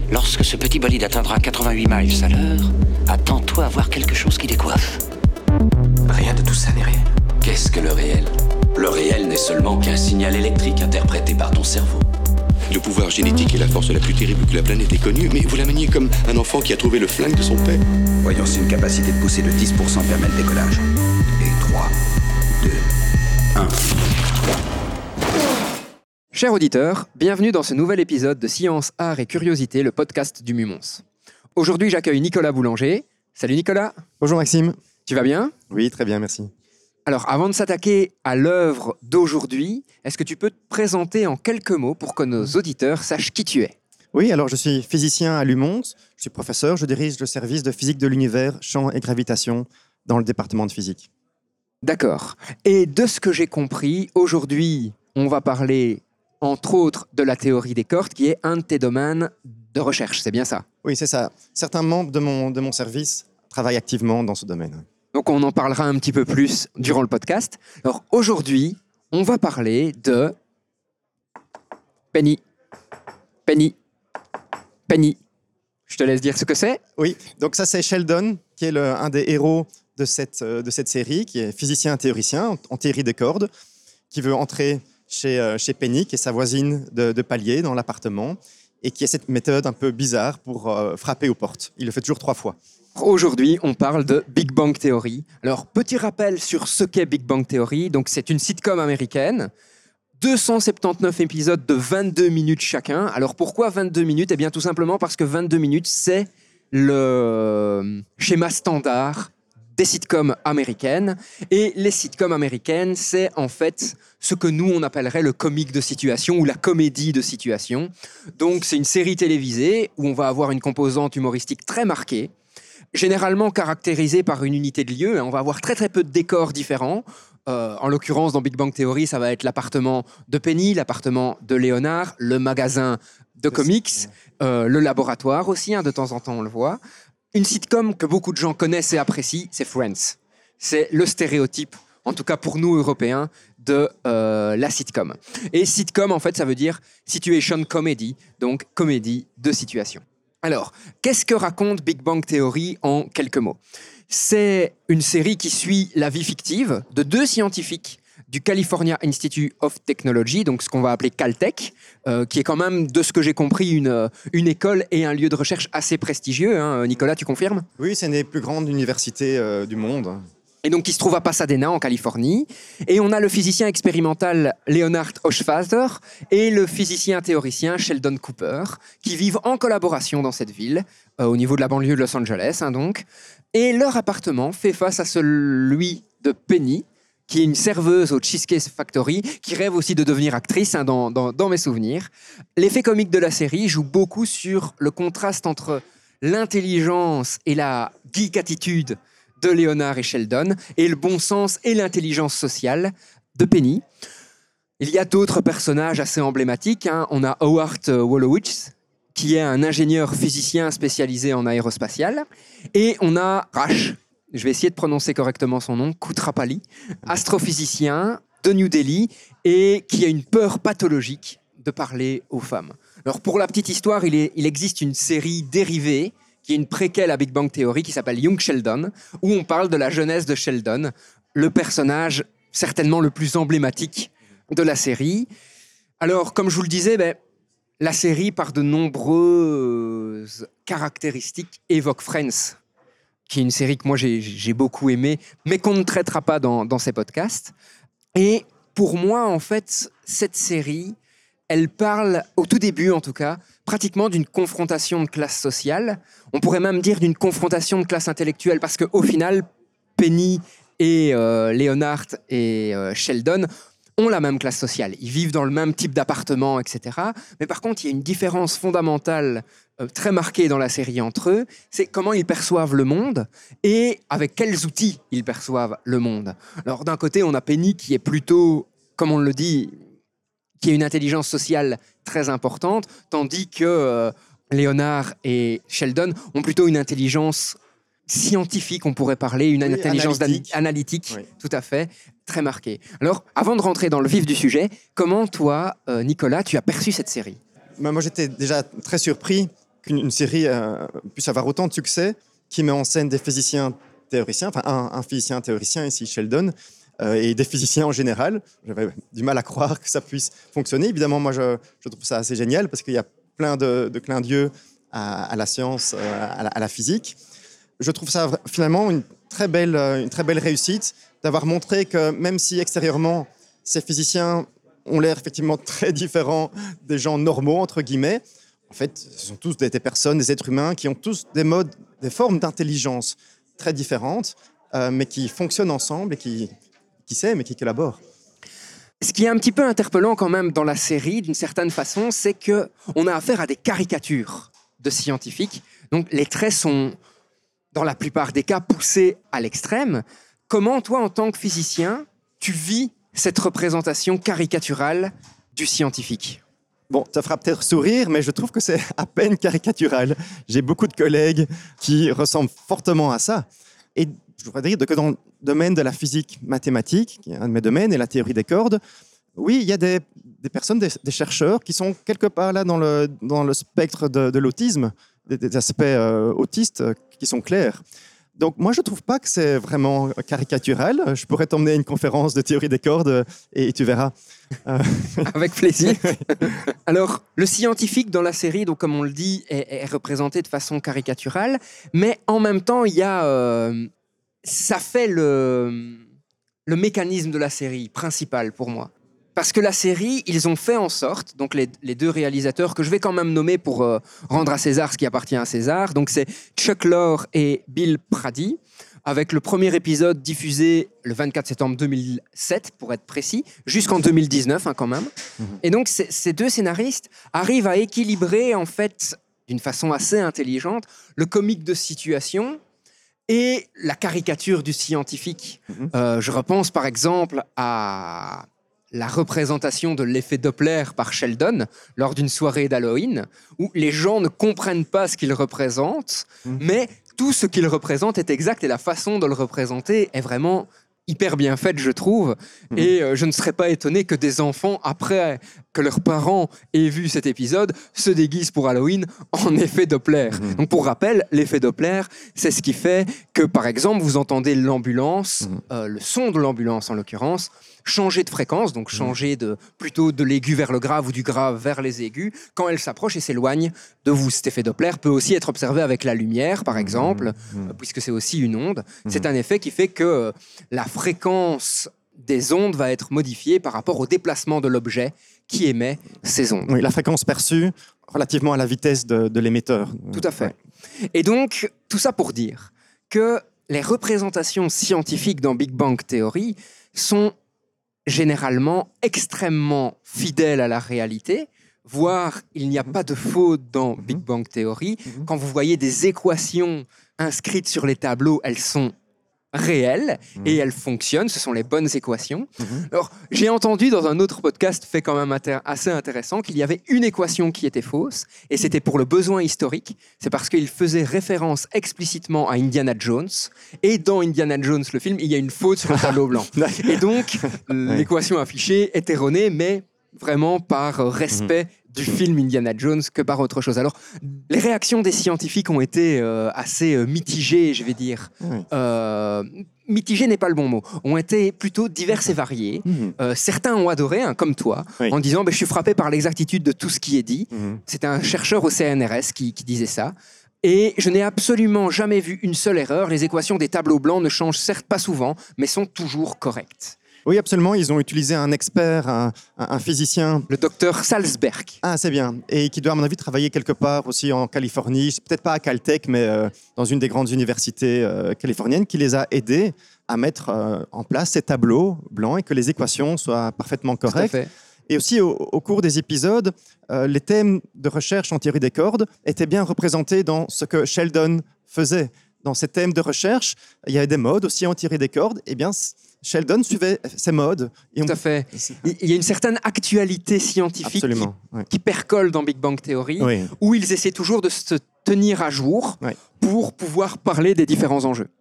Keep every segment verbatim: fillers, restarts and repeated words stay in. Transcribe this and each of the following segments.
Lorsque ce petit bolide atteindra quatre-vingt-huit miles à l'heure, attends-toi à voir quelque chose qui décoiffe. Rien de tout ça n'est réel. Qu'est-ce que le réel ? Le réel n'est seulement qu'un signal électrique interprété par ton cerveau. Le pouvoir génétique est la force la plus terrible que la planète ait connue, mais vous la maniez comme un enfant qui a trouvé le flingue de son père. Voyons, c'est une capacité de poussée de dix pour cent permet le décollage. Et trois, deux, un... Chers auditeurs, bienvenue dans ce nouvel épisode de Science, Art et Curiosité, le podcast du Mumons. Aujourd'hui, j'accueille Nicolas Boulanger. Salut Nicolas. Bonjour Maxime. Tu vas bien ? Oui, très bien, merci. Alors, avant de s'attaquer à l'œuvre d'aujourd'hui, est-ce que tu peux te présenter en quelques mots pour que nos auditeurs sachent qui tu es ? Oui, alors je suis physicien à Lumons, je suis professeur, je dirige le service de physique de l'univers, champ et gravitation dans le département de physique. D'accord. Et de ce que j'ai compris, aujourd'hui, on va parler entre autres de la théorie des cordes, qui est un de tes domaines de recherche, c'est bien ça ? Oui, c'est ça. Certains membres de mon, de mon service travaillent activement dans ce domaine. Donc on en parlera un petit peu plus durant le podcast. Alors aujourd'hui, on va parler de Penny. Penny. Penny. Je te laisse dire ce que c'est. Oui, donc ça c'est Sheldon, qui est le, un des héros de cette, de cette série, qui est physicien théoricien en, en théorie des cordes, qui veut entrer chez, euh, chez Penny, qui est sa voisine de, de palier dans l'appartement, et qui a cette méthode un peu bizarre pour euh, frapper aux portes. Il le fait toujours trois fois. Aujourd'hui, on parle de Big Bang Theory. Alors, petit rappel sur ce qu'est Big Bang Theory. Donc, c'est une sitcom américaine. deux cent soixante-dix-neuf épisodes de vingt-deux minutes chacun. Alors, pourquoi vingt-deux minutes ? Eh bien, tout simplement parce que vingt-deux minutes, c'est le schéma standard des sitcoms américaines. Et les sitcoms américaines, c'est en fait ce que nous, on appellerait le comique de situation ou la comédie de situation. Donc, c'est une série télévisée où on va avoir une composante humoristique très marquée, généralement caractérisée par une unité de lieu. On va avoir très très peu de décors différents. Euh, en l'occurrence, dans Big Bang Theory, ça va être l'appartement de Penny, l'appartement de Léonard, le magasin de comics, euh, le laboratoire aussi, hein, de temps en temps on le voit. Une sitcom que beaucoup de gens connaissent et apprécient, c'est Friends. C'est le stéréotype, en tout cas pour nous Européens, de euh, la sitcom. Et sitcom, en fait, ça veut dire situation comedy, donc comédie de situation. Alors, qu'est-ce que raconte Big Bang Theory en quelques mots ? C'est une série qui suit la vie fictive de deux scientifiques du California Institute of Technology, donc ce qu'on va appeler Caltech, euh, qui est quand même, de ce que j'ai compris, une, une école et un lieu de recherche assez prestigieux. Hein. Nicolas, tu confirmes ? Oui, c'est une des plus grandes universités euh, du monde. Et donc, qui se trouve à Pasadena, en Californie. Et on a le physicien expérimental Leonard Oshfather et le physicien théoricien Sheldon Cooper, qui vivent en collaboration dans cette ville, euh, au niveau de la banlieue de Los Angeles, hein, donc. Et leur appartement fait face à celui de Penny, qui est une serveuse au Cheesecake Factory, qui rêve aussi de devenir actrice, hein, dans, dans, dans mes souvenirs. L'effet comique de la série joue beaucoup sur le contraste entre l'intelligence et la geek attitude de Léonard et Sheldon, et le bon sens et l'intelligence sociale de Penny. Il y a d'autres personnages assez emblématiques. Hein. On a Howard Wolowitz, qui est un ingénieur physicien spécialisé en aérospatial. Et on a Rash, je vais essayer de prononcer correctement son nom, Koothrappali, astrophysicien de New Delhi, et qui a une peur pathologique de parler aux femmes. Alors pour la petite histoire, il, est, il existe une série dérivée, qui est une préquelle à Big Bang Theory, qui s'appelle Young Sheldon, où on parle de la jeunesse de Sheldon, le personnage certainement le plus emblématique de la série. Alors, comme je vous le disais, ben, la série, par de nombreuses caractéristiques, évoque Friends, qui est une série que moi j'ai, j'ai beaucoup aimée, mais qu'on ne traitera pas dans, dans ces podcasts. Et pour moi, en fait, cette série, elle parle, au tout début en tout cas, pratiquement d'une confrontation de classe sociale. On pourrait même dire d'une confrontation de classe intellectuelle, parce qu'au final, Penny et euh, Leonard et euh, Sheldon ont la même classe sociale. Ils vivent dans le même type d'appartement, et cetera. Mais par contre, il y a une différence fondamentale euh, très marquée dans la série entre eux, c'est comment ils perçoivent le monde et avec quels outils ils perçoivent le monde. Alors d'un côté, on a Penny qui est plutôt, comme on le dit, qui a une intelligence sociale très importante, tandis que euh, Léonard et Sheldon ont plutôt une intelligence scientifique, on pourrait parler, une oui, intelligence analytique, analytique oui. Tout à fait, très marquée. Alors, avant de rentrer dans le vif du sujet, comment toi, euh, Nicolas, tu as perçu cette série ? Moi, j'étais déjà très surpris qu'une une série euh, puisse avoir autant de succès, qui met en scène des physiciens théoriciens, enfin un, un physicien théoricien ici, Sheldon, euh, et des physiciens en général. J'avais du mal à croire que ça puisse fonctionner. Évidemment, moi, je, je trouve ça assez génial parce qu'il y a plein de, de clins d'yeux à, à la science, à la, à la physique. Je trouve ça finalement une très belle, une très belle réussite d'avoir montré que même si extérieurement, ces physiciens ont l'air effectivement très différents des gens normaux, entre guillemets, en fait, ce sont tous des, des personnes, des êtres humains qui ont tous des modes, des formes d'intelligence très différentes, euh, mais qui fonctionnent ensemble et qui, qui s'aiment et qui collaborent. Ce qui est un petit peu interpellant quand même dans la série, d'une certaine façon, c'est qu'on a affaire à des caricatures de scientifiques. Donc les traits sont, dans la plupart des cas, poussés à l'extrême. Comment, toi, en tant que physicien, tu vis cette représentation caricaturale du scientifique ? Bon, ça fera peut-être sourire, mais je trouve que c'est à peine caricatural. J'ai beaucoup de collègues qui ressemblent fortement à ça. Et je voudrais dire que dans le domaine de la physique mathématique, qui est un de mes domaines, et la théorie des cordes, oui, il y a des, des personnes, des, des chercheurs qui sont quelque part là dans le, dans le spectre de, de l'autisme, des, des aspects euh, autistes euh, qui sont clairs. Donc moi, je ne trouve pas que c'est vraiment caricatural. Je pourrais t'emmener à une conférence de théorie des cordes et tu verras. Euh... Avec plaisir. Alors, le scientifique dans la série, donc, comme on le dit, est, est représenté de façon caricaturale, mais en même temps, il y a, euh, ça fait le, le mécanisme de la série principal pour moi. Parce que la série, ils ont fait en sorte, donc les, les deux réalisateurs que je vais quand même nommer pour euh, rendre à César ce qui appartient à César, donc c'est Chuck Lorre et Bill Prady, avec le premier épisode diffusé le vingt-quatre septembre deux mille sept, pour être précis, jusqu'en deux mille dix-neuf hein, quand même. Mmh. Et donc ces deux scénaristes arrivent à équilibrer en fait, d'une façon assez intelligente, le comique de situation et la caricature du scientifique. Mmh. Euh, je repense par exemple à la représentation de l'effet Doppler par Sheldon lors d'une soirée d'Halloween, où les gens ne comprennent pas ce qu'il représente, mmh. mais tout ce qu'il représente est exact et la façon de le représenter est vraiment hyper bien faite, je trouve. Mmh. Et euh, je ne serais pas étonné que des enfants, après que leurs parents aient vu cet épisode, se déguisent pour Halloween en effet Doppler. Mmh. Donc pour rappel, l'effet Doppler, c'est ce qui fait que, par exemple, vous entendez l'ambulance, mmh. euh, le son de l'ambulance en l'occurrence, changer de fréquence, donc changer de, plutôt de l'aigu vers le grave ou du grave vers les aigus, quand elle s'approche et s'éloigne de vous. Cet effet Doppler peut aussi être observé avec la lumière, par exemple, mmh. euh, puisque c'est aussi une onde. Mmh. C'est un effet qui fait que euh, la fréquence des ondes va être modifiée par rapport au déplacement de l'objet qui émet ces ondes. Oui, la fréquence perçue relativement à la vitesse de, de l'émetteur. Tout à fait. Ouais. Et donc, tout ça pour dire que les représentations scientifiques dans Big Bang Theory sont généralement extrêmement fidèle à la réalité, voire il n'y a pas de faute dans Big Bang Theory. Mm-hmm. Quand vous voyez des équations inscrites sur les tableaux, elles sont réelles mm-hmm. et elles fonctionnent, ce sont les bonnes équations. Mm-hmm. Alors, j'ai entendu dans un autre podcast fait quand même intér- assez intéressant qu'il y avait une équation qui était fausse et c'était pour le besoin historique. C'est parce qu'il faisait référence explicitement à Indiana Jones et dans Indiana Jones, le film, il y a une faute sur le tableau blanc. Et donc, l'équation affichée est erronée, mais vraiment par respect mmh. du film Indiana Jones que par autre chose. Alors, les réactions des scientifiques ont été euh, assez euh, mitigées, je vais dire. Mmh. Euh, mitigées n'est pas le bon mot. Ont été plutôt diverses et variées. Mmh. Euh, certains ont adoré, hein, comme toi, oui. en disant bah, « je suis frappé par l'exactitude de tout ce qui est dit mmh. ». C'est un chercheur au C N R S qui, qui disait ça. Et je n'ai absolument jamais vu une seule erreur. Les équations des tableaux blancs ne changent certes pas souvent, mais sont toujours correctes. Oui, absolument. Ils ont utilisé un expert, un, un physicien. Le docteur Salzberg. Ah, c'est bien. Et qui doit, à mon avis, travailler quelque part aussi en Californie. Peut-être pas à Caltech, mais euh, dans une des grandes universités euh, californiennes, qui les a aidés à mettre euh, en place ces tableaux blancs et que les équations soient parfaitement correctes. Tout à fait. Et aussi, au, au cours des épisodes, euh, les thèmes de recherche en théorie des cordes étaient bien représentés dans ce que Sheldon faisait. Dans ces thèmes de recherche, il y avait des modes aussi en théorie des cordes. Eh bien, Sheldon suivait ces modes. Et Tout on... à fait. Il y a une certaine actualité scientifique qui, ouais. qui percole dans Big Bang Theory, oui. où ils essaient toujours de se tenir à jour oui. pour pouvoir parler des différents enjeux.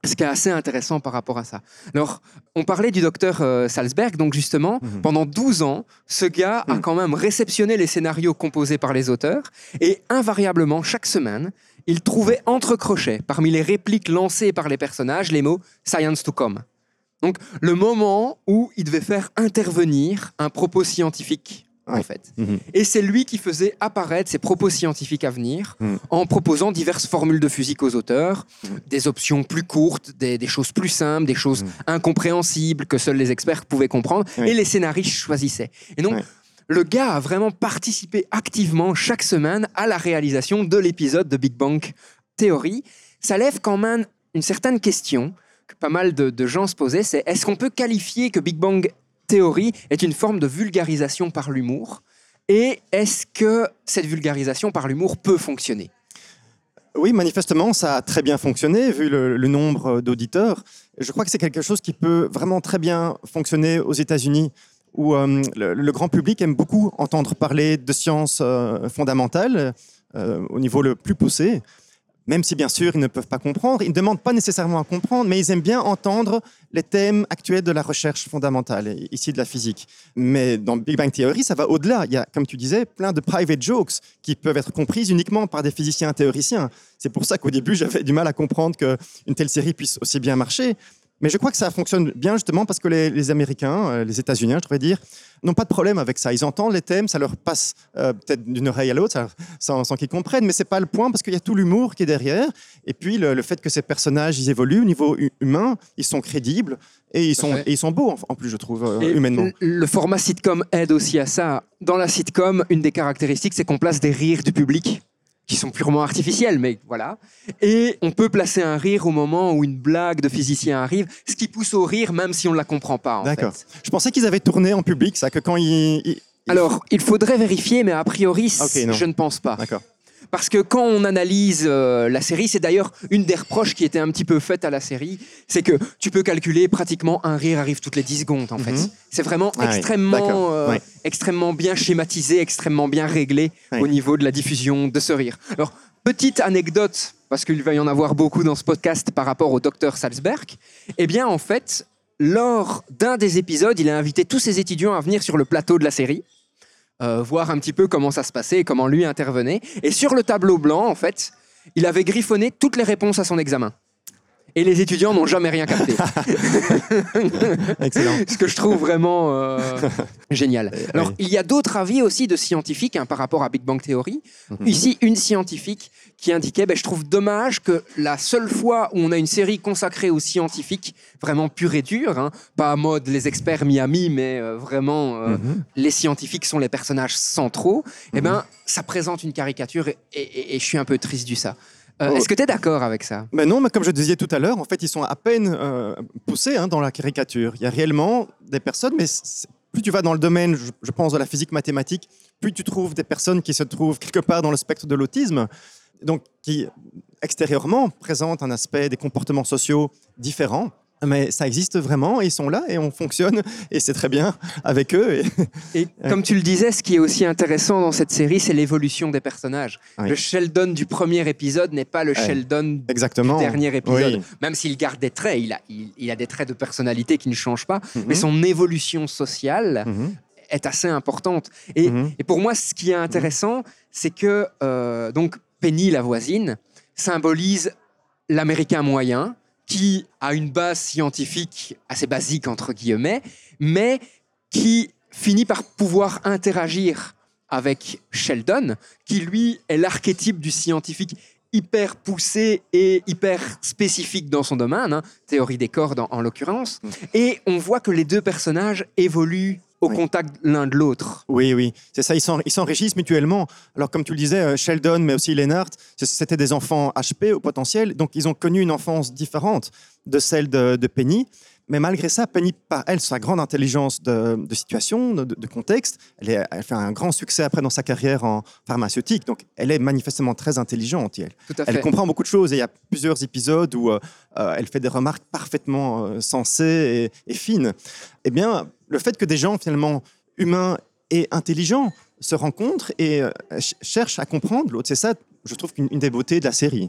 ce qui est assez intéressant par rapport à ça. Alors, on parlait du docteur euh, Salzberg, donc justement, mm-hmm. pendant douze ans, ce gars mm. a quand même réceptionné les scénarios composés par les auteurs, et invariablement, chaque semaine, il trouvait entre crochets, parmi les répliques lancées par les personnages, les mots « science to come ». Donc, le moment où il devait faire intervenir un propos scientifique, ouais. en fait. Mm-hmm. Et c'est lui qui faisait apparaître ces propos scientifiques à venir mm. en proposant diverses formules de physique aux auteurs, mm. des options plus courtes, des, des choses plus simples, des choses mm. incompréhensibles que seuls les experts pouvaient comprendre, oui. et les scénaristes choisissaient. Et donc, ouais. le gars a vraiment participé activement chaque semaine à la réalisation de l'épisode de Big Bang Theory. Ça lève quand même une certaine question que pas mal de, de gens se posaient, c'est est-ce qu'on peut qualifier que Big Bang Theory est une forme de vulgarisation par l'humour, et est-ce que cette vulgarisation par l'humour peut fonctionner ? Oui, manifestement, ça a très bien fonctionné, vu le, le nombre d'auditeurs. Je crois que c'est quelque chose qui peut vraiment très bien fonctionner aux États-Unis, où euh, le, le grand public aime beaucoup entendre parler de sciences euh, fondamentales euh, au niveau le plus poussé. Même si, bien sûr, ils ne peuvent pas comprendre, ils ne demandent pas nécessairement à comprendre, mais ils aiment bien entendre les thèmes actuels de la recherche fondamentale, ici de la physique. Mais dans Big Bang Theory, ça va au-delà. Il y a, comme tu disais, plein de private jokes qui peuvent être comprises uniquement par des physiciens théoriciens. C'est pour ça qu'au début, j'avais du mal à comprendre qu'une telle série puisse aussi bien marcher. Mais je crois que ça fonctionne bien justement parce que les, les Américains, les États-Unis, je devrais dire, n'ont pas de problème avec ça. Ils entendent les thèmes, ça leur passe euh, peut-être d'une oreille à l'autre ça, sans, sans qu'ils comprennent, mais ce n'est pas le point parce qu'il y a tout l'humour qui est derrière. Et puis le, le fait que ces personnages ils évoluent au niveau humain, ils sont crédibles et ils sont, et ils sont beaux en, en plus, je trouve, euh, humainement. Le format sitcom aide aussi à ça. Dans la sitcom, une des caractéristiques, c'est qu'on place des rires du public qui sont purement artificiels, mais voilà. Et on peut placer un rire au moment où une blague de physicien arrive, ce qui pousse au rire même si on ne la comprend pas, en D'accord. fait. Je pensais qu'ils avaient tourné en public, ça, que quand ils... ils... Alors, il faudrait vérifier, mais a priori, okay, je ne pense pas. D'accord. Parce que quand on analyse euh, la série, c'est d'ailleurs une des reproches qui était un petit peu faite à la série, c'est que tu peux calculer pratiquement un rire arrive toutes les dix secondes, en mm-hmm. fait. C'est vraiment ah, extrêmement, oui. euh, oui. extrêmement bien schématisé, extrêmement bien réglé oui. au niveau de la diffusion de ce rire. Alors, petite anecdote, parce qu'il va y en avoir beaucoup dans ce podcast par rapport au docteur Salzberg, eh bien, en fait, lors d'un des épisodes, il a invité tous ses étudiants à venir sur le plateau de la série, Euh, voir un petit peu comment ça se passait et comment lui intervenait. Et sur le tableau blanc, en fait, il avait griffonné toutes les réponses à son examen. Et les étudiants n'ont jamais rien capté. Excellent. Ce que je trouve vraiment euh, génial. Alors, oui. il y a d'autres avis aussi de scientifiques hein, par rapport à Big Bang Theory. Mm-hmm. Ici, une scientifique qui indiquait ben, « Je trouve dommage que la seule fois où on a une série consacrée aux scientifiques, vraiment pure et dure, hein, pas à mode les experts Miami, mais euh, vraiment euh, mm-hmm. les scientifiques sont les personnages centraux, mm-hmm. eh ben, ça présente une caricature et, et, et, et je suis un peu triste du ça. Euh, oh. Est-ce que tu es d'accord avec ça ? Ben non, mais comme je disais tout à l'heure, en fait, ils sont à peine euh, poussés hein, dans la caricature. Il y a réellement des personnes, mais plus tu vas dans le domaine, je, je pense, de la physique mathématique, plus tu trouves des personnes qui se trouvent quelque part dans le spectre de l'autisme, donc qui, extérieurement, présentent un aspect des comportements sociaux différents. Mais ça existe vraiment, et ils sont là, et on fonctionne, et c'est très bien avec eux. Et, et comme tu le disais, ce qui est aussi intéressant dans cette série, c'est l'évolution des personnages. Oui. Le Sheldon du premier épisode n'est pas le ouais. Sheldon Exactement. du dernier épisode. Oui. Même s'il garde des traits, il a, il, il a des traits de personnalité qui ne changent pas, mm-hmm. mais son évolution sociale mm-hmm. est assez importante. Et, mm-hmm. et pour moi, ce qui est intéressant, mm-hmm. c'est que euh, donc, Penny, la voisine, symbolise l'Américain moyen, qui a une base scientifique assez basique, entre guillemets, mais qui finit par pouvoir interagir avec Sheldon, qui, lui, est l'archétype du scientifique hyper poussé et hyper spécifique dans son domaine, hein, théorie des cordes en, en l'occurrence, et on voit que les deux personnages évoluent au oui. contact l'un de l'autre. Oui, oui, c'est ça, ils, s'en, ils s'enrichissent mutuellement. Alors, comme tu le disais, Sheldon, mais aussi Leonard, c'était des enfants H P au potentiel, donc ils ont connu une enfance différente de celle de, de Penny. Mais malgré ça, Penny, par elle, sa grande intelligence de, de situation, de, de contexte, elle, est, elle fait un grand succès après dans sa carrière en pharmaceutique. Donc, elle est manifestement très intelligente. Elle, Tout à fait. Elle comprend beaucoup de choses. Et il y a plusieurs épisodes où euh, elle fait des remarques parfaitement euh, sensées et, et fines. Eh bien, le fait que des gens, finalement, humains et intelligents, se rencontrent et euh, ch- cherchent à comprendre l'autre, c'est ça, je trouve, une, une des beautés de la série.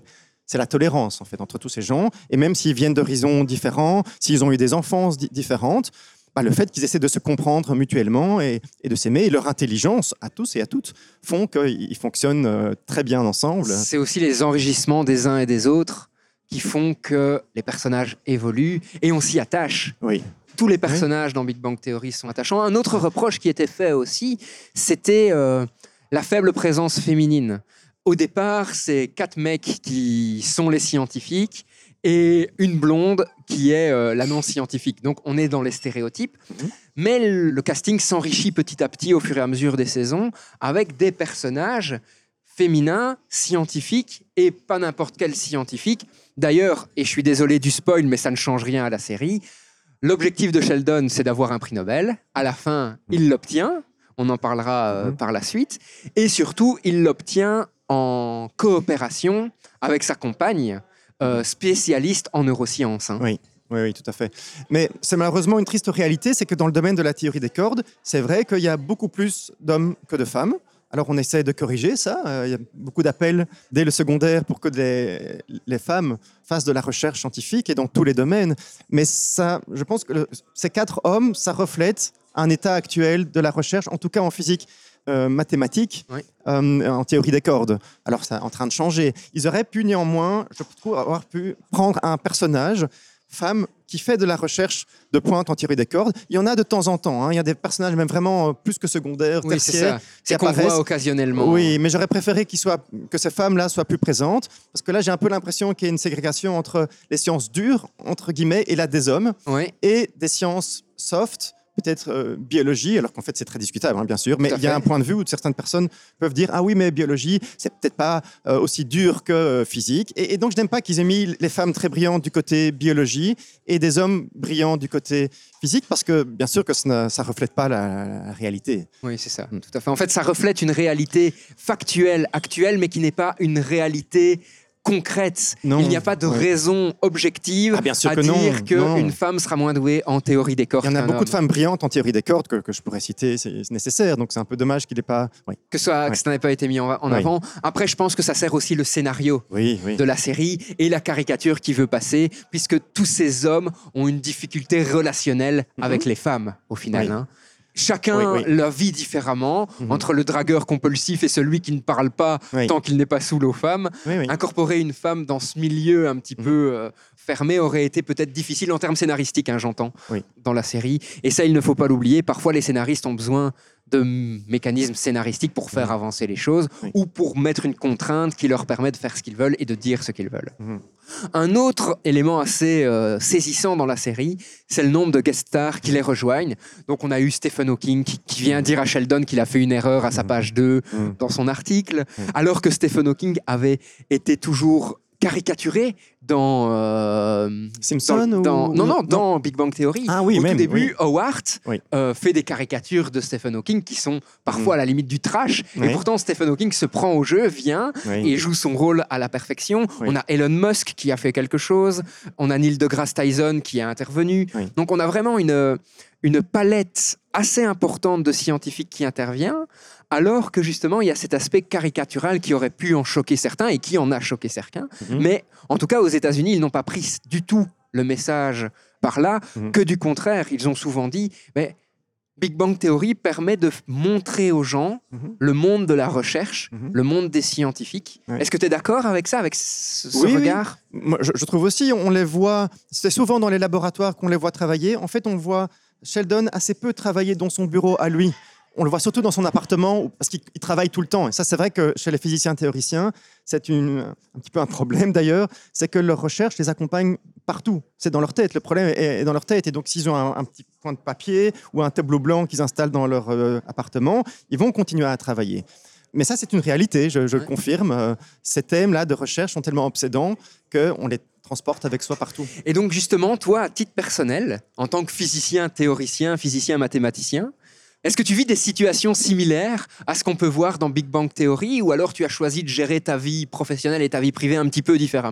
c'est la tolérance en fait entre tous ces gens. Et même s'ils viennent d'horizons différents, s'ils ont eu des enfances di- différentes, bah, le fait qu'ils essaient de se comprendre mutuellement et, et de s'aimer, et leur intelligence à tous et à toutes font qu'ils fonctionnent euh, très bien ensemble. C'est aussi les enrichissements des uns et des autres qui font que les personnages évoluent et on s'y attache. Oui. Tous les personnages dans Big Bang Theory sont attachants. Un autre reproche qui était fait aussi, c'était euh, la faible présence féminine. Au départ, c'est quatre mecs qui sont les scientifiques et une blonde qui est euh, la non-scientifique. Donc on est dans les stéréotypes, mmh. mais le, le casting s'enrichit petit à petit au fur et à mesure des saisons avec des personnages féminins, scientifiques et pas n'importe quel scientifique. D'ailleurs, et je suis désolé du spoil, mais ça ne change rien à la série, l'objectif de Sheldon, c'est d'avoir un prix Nobel. À la fin, il l'obtient. On en parlera euh, mmh. par la suite. Et surtout, il l'obtient en coopération avec sa compagne, euh, spécialiste en neurosciences. Hein. Oui. Oui, oui, tout à fait. Mais c'est malheureusement une triste réalité, c'est que dans le domaine de la théorie des cordes, c'est vrai qu'il y a beaucoup plus d'hommes que de femmes. Alors on essaie de corriger ça. Euh, il y a beaucoup d'appels dès le secondaire pour que les, les femmes fassent de la recherche scientifique et dans tous les domaines. Mais ça, je pense que le, ces quatre hommes, ça reflète un état actuel de la recherche, en tout cas en physique euh, mathématique, oui. euh, en théorie des cordes. Alors c'est en train de changer. Ils auraient pu néanmoins, je trouve, avoir pu prendre un personnage femme qui fait de la recherche de pointe en théorie des cordes. Il y en a de temps en temps. Hein. Il y a des personnages même vraiment plus que secondaires, oui, tertiaires. C'est, c'est qu'on voit occasionnellement. Oui, mais j'aurais préféré qu'il soit, que ces femmes-là soient plus présentes, parce que là, j'ai un peu l'impression qu'il y a une ségrégation entre les sciences dures, entre guillemets, et là des hommes, oui. et des sciences soft, peut-être euh, biologie, alors qu'en fait c'est très discutable, hein, bien sûr, mais il y a un point de vue où certaines personnes peuvent dire « Ah oui, mais biologie, c'est peut-être pas euh, aussi dur que euh, physique ». Et, et donc je n'aime pas qu'ils aient mis les femmes très brillantes du côté biologie et des hommes brillants du côté physique, parce que bien sûr que ça ne reflète pas la, la réalité. Oui, c'est ça, tout à fait. En fait, ça reflète une réalité factuelle, actuelle, mais qui n'est pas une réalité concrète. Non, il n'y a pas de ouais. raison objective ah, bien sûr à que dire qu'une femme sera moins douée en théorie des cordes. Il y en a beaucoup homme. de femmes brillantes en théorie des cordes que, que je pourrais citer, c'est, c'est nécessaire, donc c'est un peu dommage qu'il n'ait pas... Oui. Que, soit, ouais. que ça n'ait pas été mis en, en oui. avant. Après, je pense que ça sert aussi le scénario oui, oui. de la série et la caricature qui veut passer, puisque tous ces hommes ont une difficulté relationnelle mm-hmm. avec les femmes, au final. Oui. Hein. Chacun oui, oui. la vit différemment, mmh. entre le dragueur compulsif et celui qui ne parle pas oui. tant qu'il n'est pas saoul aux femmes. Oui, oui. Incorporer une femme dans ce milieu un petit mmh. peu euh, fermé aurait été peut-être difficile en termes scénaristiques, hein, j'entends, oui. dans la série. Et ça, il ne faut pas l'oublier. Parfois, les scénaristes ont besoin de mécanismes scénaristiques pour faire mmh. avancer les choses oui. ou pour mettre une contrainte qui leur permet de faire ce qu'ils veulent et de dire ce qu'ils veulent. Mmh. Un autre élément assez euh, saisissant dans la série, c'est le nombre de guest stars qui les rejoignent. Donc on a eu Stephen Hawking qui, qui vient dire à Sheldon qu'il a fait une erreur à sa page deux mmh. dans son article, mmh. alors que Stephen Hawking avait été toujours caricaturé dans euh, Simpson dans, dans, ou... non non dans non. Big Bang Theory. Ah oui, au même, tout début, oui. Howard oui. euh, fait des caricatures de Stephen Hawking qui sont parfois mmh. à la limite du trash. Oui. Et pourtant, Stephen Hawking se prend au jeu, vient oui. et joue son rôle à la perfection. Oui. On a Elon Musk qui a fait quelque chose. On a Neil deGrasse Tyson qui a intervenu. Oui. Donc, on a vraiment une une palette assez importante de scientifiques qui intervient. Alors que justement, il y a cet aspect caricatural qui aurait pu en choquer certains et qui en a choqué certains. Mmh. Mais en tout cas, aux États-Unis, ils n'ont pas pris du tout le message par là, mmh. que du contraire, ils ont souvent dit mais Big Bang Theory permet de montrer aux gens mmh. le monde de la recherche, mmh. le monde des scientifiques. Ouais. Est-ce que tu es d'accord avec ça, avec ce, ce oui, regard oui. Moi, je, je trouve aussi, on les voit, c'est souvent dans les laboratoires qu'on les voit travailler. En fait, on voit Sheldon assez peu travailler dans son bureau à lui. On le voit surtout dans son appartement, parce qu'il travaille tout le temps. Et ça, c'est vrai que chez les physiciens théoriciens, c'est une, un petit peu un problème d'ailleurs, c'est que leur recherche les accompagne partout. C'est dans leur tête, le problème est dans leur tête. Et donc, s'ils ont un, un petit point de papier ou un tableau blanc qu'ils installent dans leur euh, appartement, ils vont continuer à travailler. Mais ça, c'est une réalité, je, je ouais. le confirme. Euh, ces thèmes-là de recherche sont tellement obsédants qu'on les transporte avec soi partout. Et donc, justement, toi, à titre personnel, en tant que physicien théoricien, physicien mathématicien, est-ce que tu vis des situations similaires à ce qu'on peut voir dans Big Bang Theory ou alors tu as choisi de gérer ta vie professionnelle et ta vie privée un petit peu différemment ?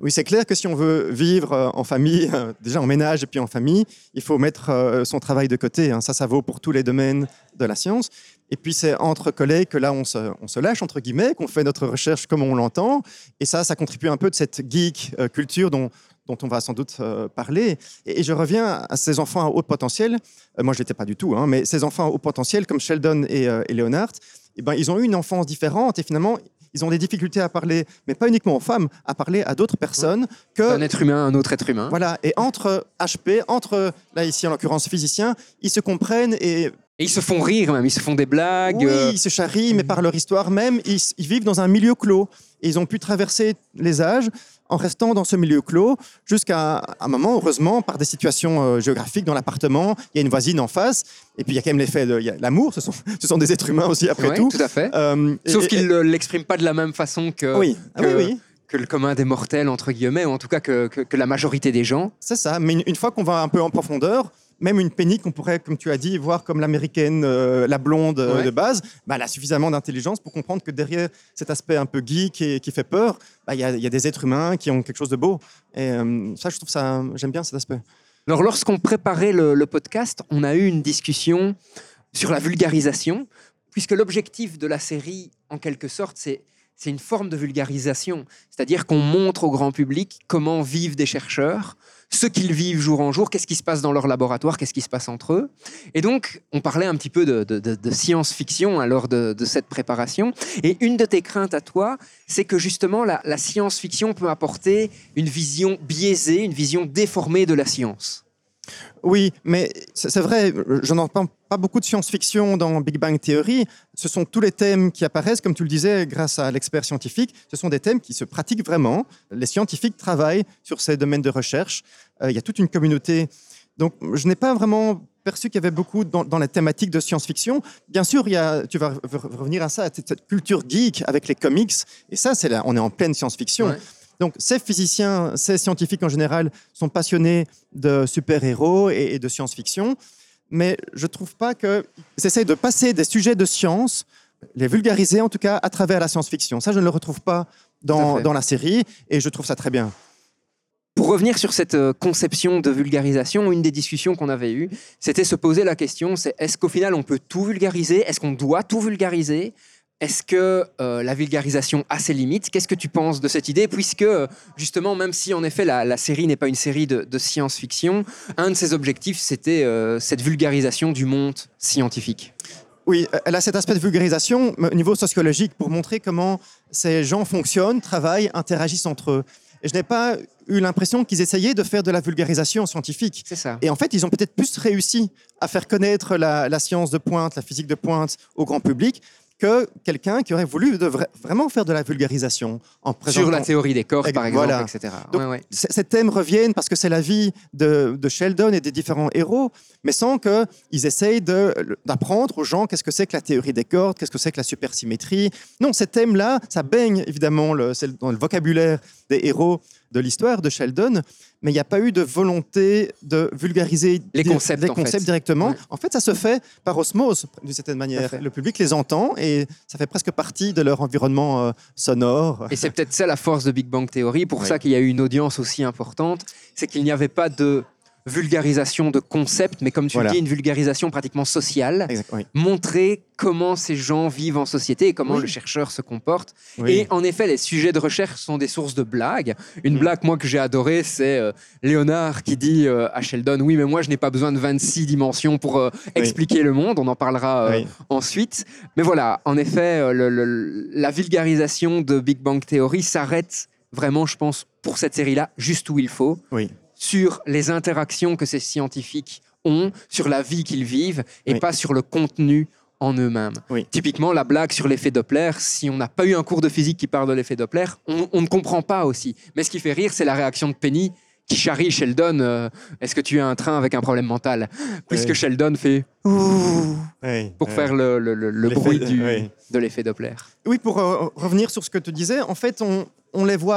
Oui, c'est clair que si on veut vivre euh, en famille, euh, déjà en ménage et puis en famille, il faut mettre euh, son travail de côté. Hein. Ça, ça vaut pour tous les domaines de la science. Et puis, c'est entre collègues que là, on se, on se lâche, entre guillemets, qu'on fait notre recherche comme on l'entend. Et ça, ça contribue un peu de cette geek euh, culture dont, dont on va sans doute euh, parler. Et, et je reviens à ces enfants à haut potentiel. Euh, moi, je ne l'étais pas du tout, hein, mais ces enfants à haut potentiel, comme Sheldon et, euh, et Leonard, eh ben, ils ont eu une enfance différente et finalement, ils ont des difficultés à parler, mais pas uniquement aux femmes, à parler à d'autres personnes que... Un être humain, un autre être humain. Voilà, et entre H P, entre, là ici en l'occurrence physiciens, ils se comprennent et... Et ils se font rire même, ils se font des blagues. Oui, euh... ils se charrient, mais par leur histoire même, ils, ils vivent dans un milieu clos. Et ils ont pu traverser les âges en restant dans ce milieu clos jusqu'à un moment, heureusement, par des situations euh, géographiques dans l'appartement, il y a une voisine en face, et puis il y a quand même l'effet de il y a l'amour, ce sont, ce sont des êtres humains aussi après ouais, tout. tout à fait. Euh, Sauf et, qu'ils et... ne l'expriment pas de la même façon que, oui. que, Ah, oui, oui. que le commun des mortels, entre guillemets, ou en tout cas que, que, que la majorité des gens. C'est ça, mais une, une fois qu'on va un peu en profondeur, même une Penny qu'on pourrait, comme tu as dit, voir comme l'américaine, euh, la blonde euh, ouais. de base, bah, elle a suffisamment d'intelligence pour comprendre que derrière cet aspect un peu geek et qui fait peur, bah, y a, y a des êtres humains qui ont quelque chose de beau. Et euh, ça, je trouve ça, j'aime bien cet aspect. Alors, lorsqu'on préparait le, le podcast, on a eu une discussion sur la vulgarisation, puisque l'objectif de la série, en quelque sorte, c'est c'est une forme de vulgarisation. C'est-à-dire qu'on montre au grand public comment vivent des chercheurs, ce qu'ils vivent jour en jour, qu'est-ce qui se passe dans leur laboratoire, qu'est-ce qui se passe entre eux. Et donc, on parlait un petit peu de, de, de, de science-fiction à l'heure de, de cette préparation. Et une de tes craintes à toi, c'est que justement, la, la science-fiction peut apporter une vision biaisée, une vision déformée de la science. Oui, mais c'est vrai, je n'entends pas beaucoup de science-fiction dans Big Bang Theory. Ce sont tous les thèmes qui apparaissent, comme tu le disais, grâce à l'expert scientifique. Ce sont des thèmes qui se pratiquent vraiment. Les scientifiques travaillent sur ces domaines de recherche. Euh, il y a toute une communauté. Donc, je n'ai pas vraiment perçu qu'il y avait beaucoup dans, dans la thématique de science-fiction. Bien sûr, il y a, tu vas revenir à ça, à cette culture geek avec les comics. Et ça, c'est là, on est en pleine science-fiction. Ouais. Donc, ces physiciens, ces scientifiques en général sont passionnés de super-héros et, et de science-fiction, mais je ne trouve pas qu'ils essayent de passer des sujets de science, les vulgariser en tout cas à travers la science-fiction. Ça, je ne le retrouve pas dans, dans la série et je trouve ça très bien. Pour revenir sur cette conception de vulgarisation, une des discussions qu'on avait eues, c'était se poser la question, c'est est-ce qu'au final on peut tout vulgariser ? Est-ce qu'on doit tout vulgariser ? Est-ce que euh, la vulgarisation a ses limites ? Qu'est-ce que tu penses de cette idée ? Puisque, justement, même si en effet la, la série n'est pas une série de, de science-fiction, un de ses objectifs, c'était euh, cette vulgarisation du monde scientifique. Oui, elle a cet aspect de vulgarisation au niveau sociologique pour montrer comment ces gens fonctionnent, travaillent, interagissent entre eux. Et je n'ai pas eu l'impression qu'ils essayaient de faire de la vulgarisation scientifique. C'est ça. Et en fait, ils ont peut-être plus réussi à faire connaître la, la science de pointe, la physique de pointe au grand public que quelqu'un qui aurait voulu de vra- vraiment faire de la vulgarisation. En présentant... Sur la théorie des corps, par exemple, voilà. et cetera. Donc, ouais, ouais. c- ces thèmes reviennent parce que c'est la vie de, de Sheldon et des différents héros, mais sans qu'ils essayent de, d'apprendre aux gens qu'est-ce que c'est que la théorie des cordes, qu'est-ce que c'est que la supersymétrie. Non, ces thèmes-là, ça baigne évidemment le, c'est dans le vocabulaire des héros de l'histoire de Sheldon, mais il n'y a pas eu de volonté de vulgariser les concepts, les en concepts fait. directement. Ouais. En fait, ça se fait par osmose, d'une certaine manière. Le public les entend et ça fait presque partie de leur environnement euh, sonore. Et c'est peut-être ça la force de Big Bang Theory, pour oui. ça qu'il y a eu une audience aussi importante, c'est qu'il n'y avait pas de vulgarisation de concepts, mais comme tu voilà. le dis, une vulgarisation pratiquement sociale, exact, oui. montrer comment ces gens vivent en société et comment oui. le chercheur se comporte. Oui. Et en effet, les sujets de recherche sont des sources de blagues. Une mmh. blague, moi, que j'ai adorée, c'est euh, Léonard qui dit euh, à Sheldon, oui, mais moi, je n'ai pas besoin de vingt-six dimensions pour euh, expliquer oui. le monde. On en parlera euh, oui. ensuite. Mais voilà, en effet, euh, le, le, la vulgarisation de Big Bang Theory s'arrête vraiment, je pense, pour cette série-là, juste où il faut. Oui. Sur les interactions que ces scientifiques ont, sur la vie qu'ils vivent, et oui. pas sur le contenu en eux-mêmes. Oui. Typiquement, la blague sur l'effet Doppler, si on n'a pas eu un cours de physique qui parle de l'effet Doppler, on, on ne comprend pas aussi. Mais ce qui fait rire, c'est la réaction de Penny qui charrie Sheldon. Euh, Est-ce que tu as un train avec un problème mental ? Puisque oui. Sheldon fait ouh oui. pour oui. faire le, le, le, le bruit du, oui. de l'effet Doppler. Oui, pour euh, revenir sur ce que tu disais, en fait, on, on les voit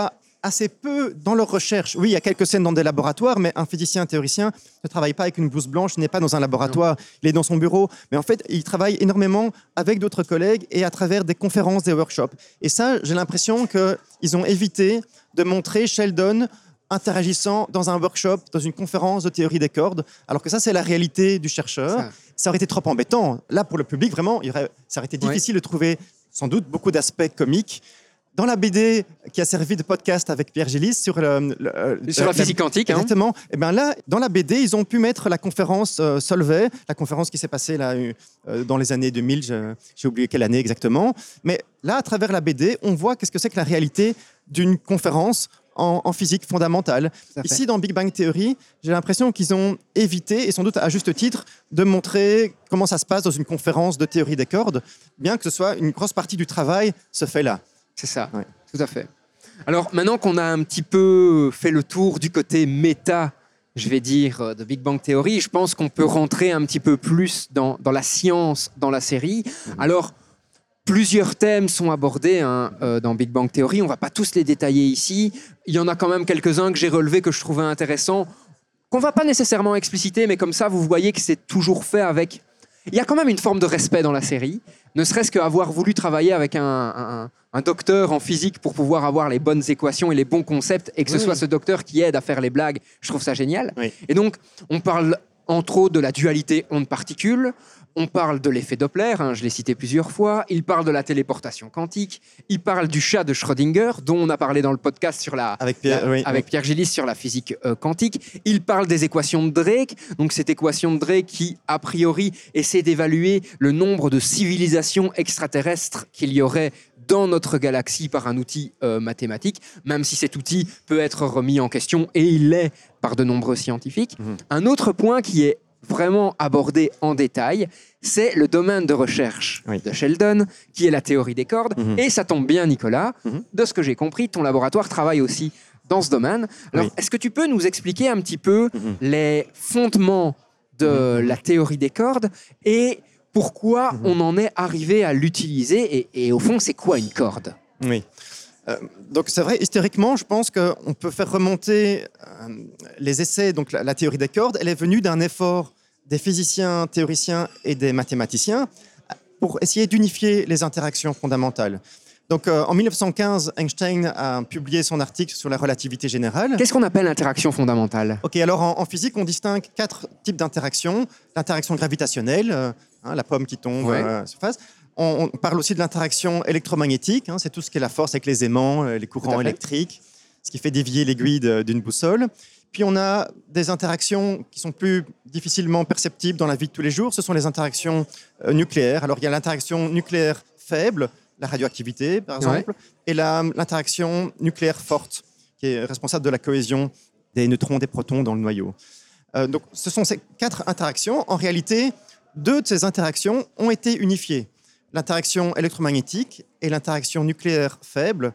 assez peu dans leurs recherches. Oui, il y a quelques scènes dans des laboratoires, mais un physicien théoricien ne travaille pas avec une blouse blanche, il n'est pas dans un laboratoire, non. Il est dans son bureau. Mais en fait, il travaille énormément avec d'autres collègues et à travers des conférences, des workshops. Et ça, j'ai l'impression qu'ils ont évité de montrer Sheldon interagissant dans un workshop, dans une conférence de théorie des cordes, alors que ça, c'est la réalité du chercheur. Ça, ça aurait été trop embêtant. Là, pour le public, vraiment, il y aurait, ça aurait été difficile ouais. de trouver, sans doute, beaucoup d'aspects comiques. Dans la B D qui a servi de podcast avec Pierre Gillis sur, le, le, sur la, la physique quantique, exactement. Hein. Et bien là, dans la B D, ils ont pu mettre la conférence euh, Solvay, la conférence qui s'est passée là, euh, dans les années deux mille, je, j'ai oublié quelle année exactement. Mais là, à travers la B D, on voit qu'est-ce que c'est que la réalité d'une conférence en, en physique fondamentale. Ici, dans Big Bang Theory, j'ai l'impression qu'ils ont évité, et sans doute à juste titre, de montrer comment ça se passe dans une conférence de théorie des cordes, bien que ce soit une grosse partie du travail se fait là. C'est ça, ouais. Tout à fait. Alors maintenant qu'on a un petit peu fait le tour du côté méta, je vais dire, de Big Bang Theory, je pense qu'on peut rentrer un petit peu plus dans, dans la science, dans la série. Mmh. Alors, plusieurs thèmes sont abordés hein, euh, dans Big Bang Theory, on ne va pas tous les détailler ici. Il y en a quand même quelques-uns que j'ai relevés, que je trouvais intéressants, qu'on ne va pas nécessairement expliciter, mais comme ça, vous voyez que c'est toujours fait avec... Il y a quand même une forme de respect dans la série, ne serait-ce qu'avoir voulu travailler avec un, un, un docteur en physique pour pouvoir avoir les bonnes équations et les bons concepts, et que ce oui. soit ce docteur qui aide à faire les blagues, je trouve ça génial. Oui. Et donc, on parle entre autres de la dualité onde-particule, on parle de l'effet Doppler, hein, je l'ai cité plusieurs fois, il parle de la téléportation quantique, il parle du chat de Schrödinger, dont on a parlé dans le podcast sur la, avec Pierre, la, oui, avec oui. Pierre Gillis sur la physique euh, quantique, il parle des équations de Drake, donc cette équation de Drake qui, a priori, essaie d'évaluer le nombre de civilisations extraterrestres qu'il y aurait dans notre galaxie par un outil euh, mathématique, même si cet outil peut être remis en question, et il l'est par de nombreux scientifiques. Mmh. Un autre point qui est vraiment abordé en détail, c'est le domaine de recherche oui. de Sheldon, qui est la théorie des cordes. Mmh. Et ça tombe bien, Nicolas, mmh. de ce que j'ai compris, ton laboratoire travaille aussi dans ce domaine. Alors, oui. est-ce que tu peux nous expliquer un petit peu mmh. les fondements de mmh. la théorie des cordes et pourquoi mmh. on en est arrivé à l'utiliser et, et au fond, c'est quoi une corde ? Oui. Euh, donc c'est vrai, historiquement, je pense qu'on peut faire remonter euh, les essais. Donc la, la théorie des cordes, elle est venue d'un effort des physiciens, théoriciens et des mathématiciens pour essayer d'unifier les interactions fondamentales. Donc euh, en mille neuf cent quinze, Einstein a publié son article sur la relativité générale. Qu'est-ce qu'on appelle l'interaction fondamentale ? Ok, alors en, en physique, on distingue quatre types d'interactions. L'interaction gravitationnelle, euh, hein, la pomme qui tombe ouais. euh, surface. On parle aussi de l'interaction électromagnétique, hein, c'est tout ce qui est la force avec les aimants, les courants électriques, ce qui fait dévier l'aiguille d'une boussole. Puis on a des interactions qui sont plus difficilement perceptibles dans la vie de tous les jours, ce sont les interactions euh, nucléaires. Alors il y a l'interaction nucléaire faible, la radioactivité par exemple, ouais. et la, l'interaction nucléaire forte, qui est responsable de la cohésion des neutrons, des protons dans le noyau. Euh, donc ce sont ces quatre interactions. En réalité, deux de ces interactions ont été unifiées. L'interaction électromagnétique et l'interaction nucléaire faible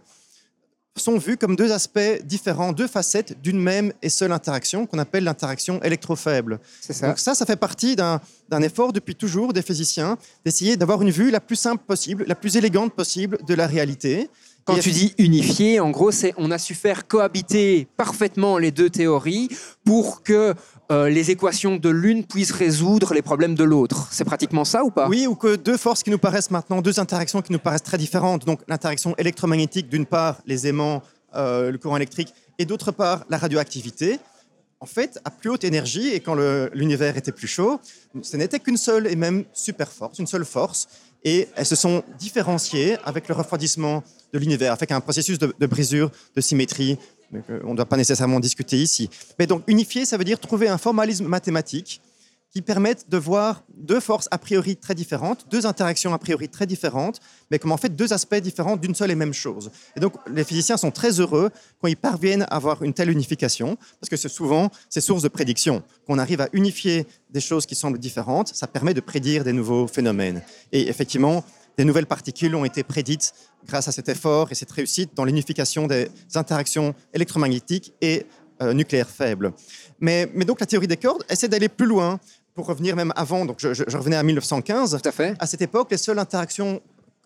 sont vues comme deux aspects différents, deux facettes d'une même et seule interaction qu'on appelle l'interaction électrofaible. C'est ça. Donc ça, ça fait partie d'un, d'un effort depuis toujours des physiciens d'essayer d'avoir une vue la plus simple possible, la plus élégante possible de la réalité. Quand et tu dis unifié, en gros, c'est on a su faire cohabiter parfaitement les deux théories pour que euh, les équations de l'une puissent résoudre les problèmes de l'autre. C'est pratiquement ça ou pas ? Oui, ou que deux forces qui nous paraissent maintenant, deux interactions qui nous paraissent très différentes. Donc l'interaction électromagnétique, d'une part, les aimants, euh, le courant électrique, et d'autre part, la radioactivité. En fait, à plus haute énergie, et quand le, l'univers était plus chaud, ce n'était qu'une seule et même super force, une seule force. Et elles se sont différenciées avec le refroidissement de l'univers, avec un processus de, de brisure, de symétrie, on ne doit pas nécessairement discuter ici. Mais donc, unifier, ça veut dire trouver un formalisme mathématique qui permette de voir deux forces a priori très différentes, deux interactions a priori très différentes, mais comme en fait deux aspects différents d'une seule et même chose. Et donc, les physiciens sont très heureux quand ils parviennent à avoir une telle unification, parce que c'est souvent, c'est source de prédiction. Qu'on arrive à unifier des choses qui semblent différentes, ça permet de prédire des nouveaux phénomènes. Et effectivement, des nouvelles particules ont été prédites grâce à cet effort et cette réussite dans l'unification des interactions électromagnétiques et euh, nucléaires faibles. Mais, mais donc la théorie des cordes essaie d'aller plus loin pour revenir même avant. Donc je, je, je revenais à mille neuf cent quinze. Tout à fait. À cette époque, les seules interactions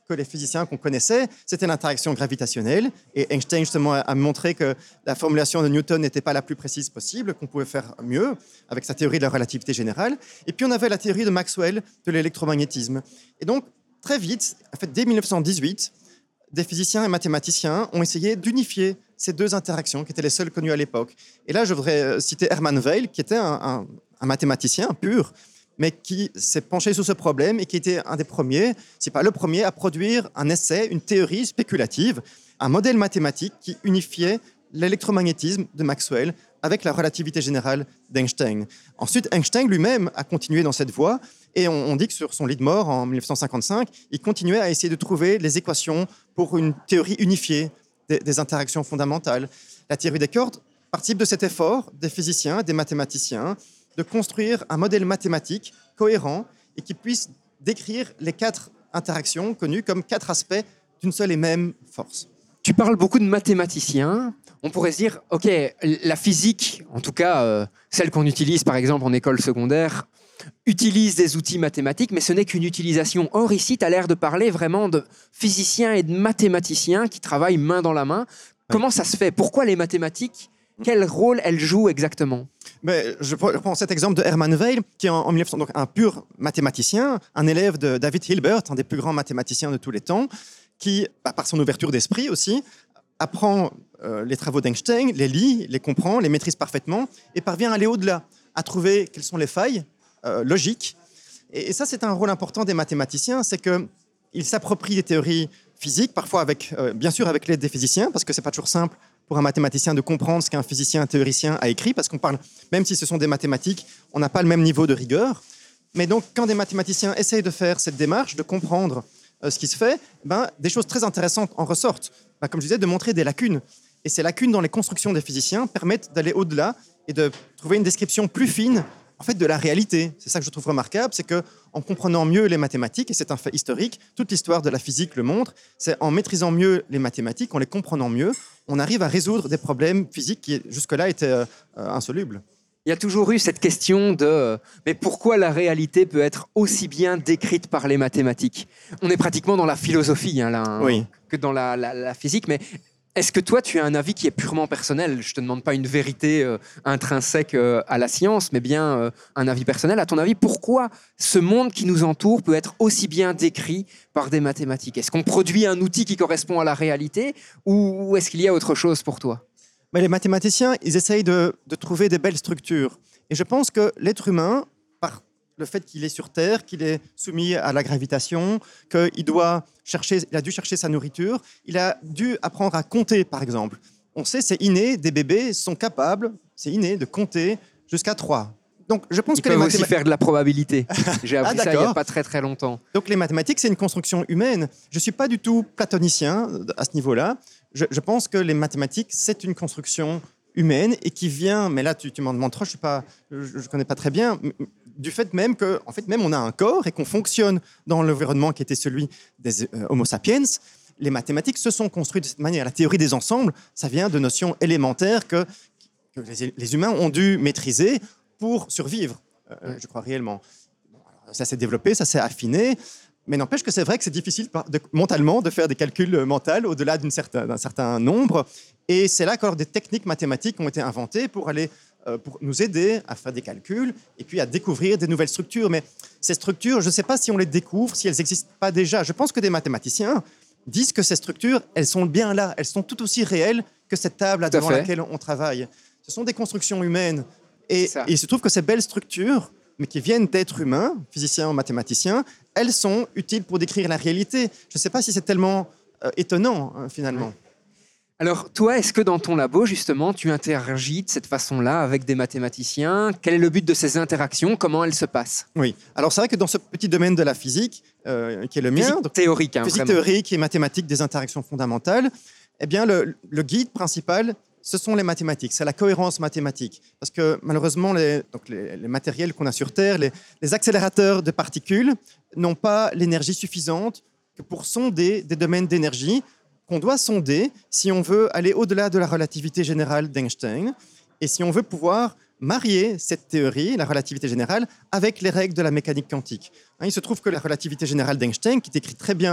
que les physiciens qu'on connaissait, c'était l'interaction gravitationnelle. Et Einstein, justement, a montré que la formulation de Newton n'était pas la plus précise possible, qu'on pouvait faire mieux avec sa théorie de la relativité générale. Et puis, on avait la théorie de Maxwell de l'électromagnétisme. Et donc, très vite, en fait, dès mille neuf cent dix-huit, des physiciens et mathématiciens ont essayé d'unifier ces deux interactions qui étaient les seules connues à l'époque. Et là, je voudrais citer Hermann Weyl, qui était un, un, un mathématicien pur, mais qui s'est penché sur ce problème et qui était un des premiers, si pas le premier, à produire un essai, une théorie spéculative, un modèle mathématique qui unifiait l'électromagnétisme de Maxwell avec la relativité générale d'Einstein. Ensuite, Einstein lui-même a continué dans cette voie et on, on dit que sur son lit de mort, en mille neuf cent cinquante-cinq, il continuait à essayer de trouver les équations pour une théorie unifiée des, des interactions fondamentales. La théorie des cordes participe de cet effort des physiciens, des mathématiciens, de construire un modèle mathématique cohérent et qui puisse décrire les quatre interactions connues comme quatre aspects d'une seule et même force. Tu parles beaucoup de mathématiciens. On pourrait se dire, OK, la physique, en tout cas euh, celle qu'on utilise par exemple en école secondaire, utilise des outils mathématiques, mais ce n'est qu'une utilisation. Or, ici, tu as l'air de parler vraiment de physiciens et de mathématiciens qui travaillent main dans la main. Oui. Comment ça se fait ? Pourquoi les mathématiques ? Quel rôle elles jouent exactement ? Mais je prends cet exemple de Hermann Weyl, qui est en mille neuf cents, donc un pur mathématicien, un élève de David Hilbert, un des plus grands mathématiciens de tous les temps, qui, par son ouverture d'esprit aussi, apprend euh, les travaux d'Einstein, les lit, les comprend, les maîtrise parfaitement, et parvient à aller au-delà, à trouver quelles sont les failles euh, logiques. Et, et ça, c'est un rôle important des mathématiciens, c'est qu'ils s'approprient des théories physiques, parfois avec, euh, bien sûr avec l'aide des physiciens, parce que c'est pas toujours simple pour un mathématicien de comprendre ce qu'un physicien, un théoricien a écrit, parce qu'on parle, même si ce sont des mathématiques, on n'a pas le même niveau de rigueur. Mais donc, quand des mathématiciens essayent de faire cette démarche, de comprendre euh, ce qui se fait, ben, des choses très intéressantes en ressortent. Ben, comme je disais, de montrer des lacunes. Et ces lacunes dans les constructions des physiciens permettent d'aller au-delà et de trouver une description plus fine en fait, de la réalité. C'est ça que je trouve remarquable, c'est qu'en comprenant mieux les mathématiques, et c'est un fait historique, toute l'histoire de la physique le montre, c'est en maîtrisant mieux les mathématiques, en les comprenant mieux, on arrive à résoudre des problèmes physiques qui jusque-là étaient euh, insolubles. Il y a toujours eu cette question de euh, mais pourquoi la réalité peut être aussi bien décrite par les mathématiques ? On est pratiquement dans la philosophie hein, là, hein, oui. que dans la, la, la physique, mais est-ce que toi, tu as un avis qui est purement personnel ? Je ne te demande pas une vérité euh, intrinsèque euh, à la science, mais bien euh, un avis personnel. À ton avis, pourquoi ce monde qui nous entoure peut être aussi bien décrit par des mathématiques ? Est-ce qu'on produit un outil qui correspond à la réalité ou, ou est-ce qu'il y a autre chose pour toi ? Mais les mathématiciens, ils essayent de, de trouver des belles structures. Et je pense que l'être humain, par le fait qu'il est sur Terre, qu'il est soumis à la gravitation, qu'il doit chercher, il a dû chercher sa nourriture, il a dû apprendre à compter, par exemple. On sait, c'est inné, des bébés sont capables, c'est inné, de compter jusqu'à trois. Donc, je pense Ils que peuvent les aussi mathéma- faire de la probabilité. J'ai appris Ah, ça il n'y a d'accord. pas très très longtemps. Donc les mathématiques, c'est une construction humaine. Je ne suis pas du tout platonicien à ce niveau-là. Je, je pense que les mathématiques, c'est une construction humaine et qui vient, mais là tu, tu m'en demandes trop, je ne connais pas très bien, du fait même que, en fait, même on a un corps et qu'on fonctionne dans l'environnement qui était celui des euh, Homo sapiens. Les mathématiques se sont construites de cette manière. La théorie des ensembles, ça vient de notions élémentaires que, que les, les humains ont dû maîtriser pour survivre, euh, je crois réellement. Bon, alors, ça s'est développé, ça s'est affiné, mais n'empêche que c'est vrai que c'est difficile de, mentalement de faire des calculs mentaux au-delà d'une certain, d'un certain nombre. Et c'est là que des techniques mathématiques ont été inventées pour, aller, euh, pour nous aider à faire des calculs et puis à découvrir des nouvelles structures. Mais ces structures, je ne sais pas si on les découvre, si elles n'existent pas déjà. Je pense que des mathématiciens disent que ces structures, elles sont bien là, elles sont tout aussi réelles que cette table devant laquelle on travaille. Ce sont des constructions humaines. Et, et il se trouve que ces belles structures, mais qui viennent d'êtres humains, physiciens ou mathématiciens, elles sont utiles pour décrire la réalité. Je ne sais pas si c'est tellement euh, étonnant, hein, finalement. Ouais. Alors, toi, est-ce que dans ton labo, justement, tu interagis de cette façon-là avec des mathématiciens ? Quel est le but de ces interactions ? Comment elles se passent ? Oui. Alors, c'est vrai que dans ce petit domaine de la physique, euh, qui est le mien... Physique donc, théorique, hein, Physique vraiment. théorique et mathématique des interactions fondamentales, eh bien, le, le guide principal, ce sont les mathématiques, c'est la cohérence mathématique. Parce que malheureusement, les, donc les, les matériels qu'on a sur Terre, les, les accélérateurs de particules n'ont pas l'énergie suffisante que pour sonder des domaines d'énergie qu'on doit sonder si on veut aller au-delà de la relativité générale d'Einstein et si on veut pouvoir marier cette théorie, la relativité générale, avec les règles de la mécanique quantique. Hein, il se trouve que la relativité générale d'Einstein, qui décrit très bien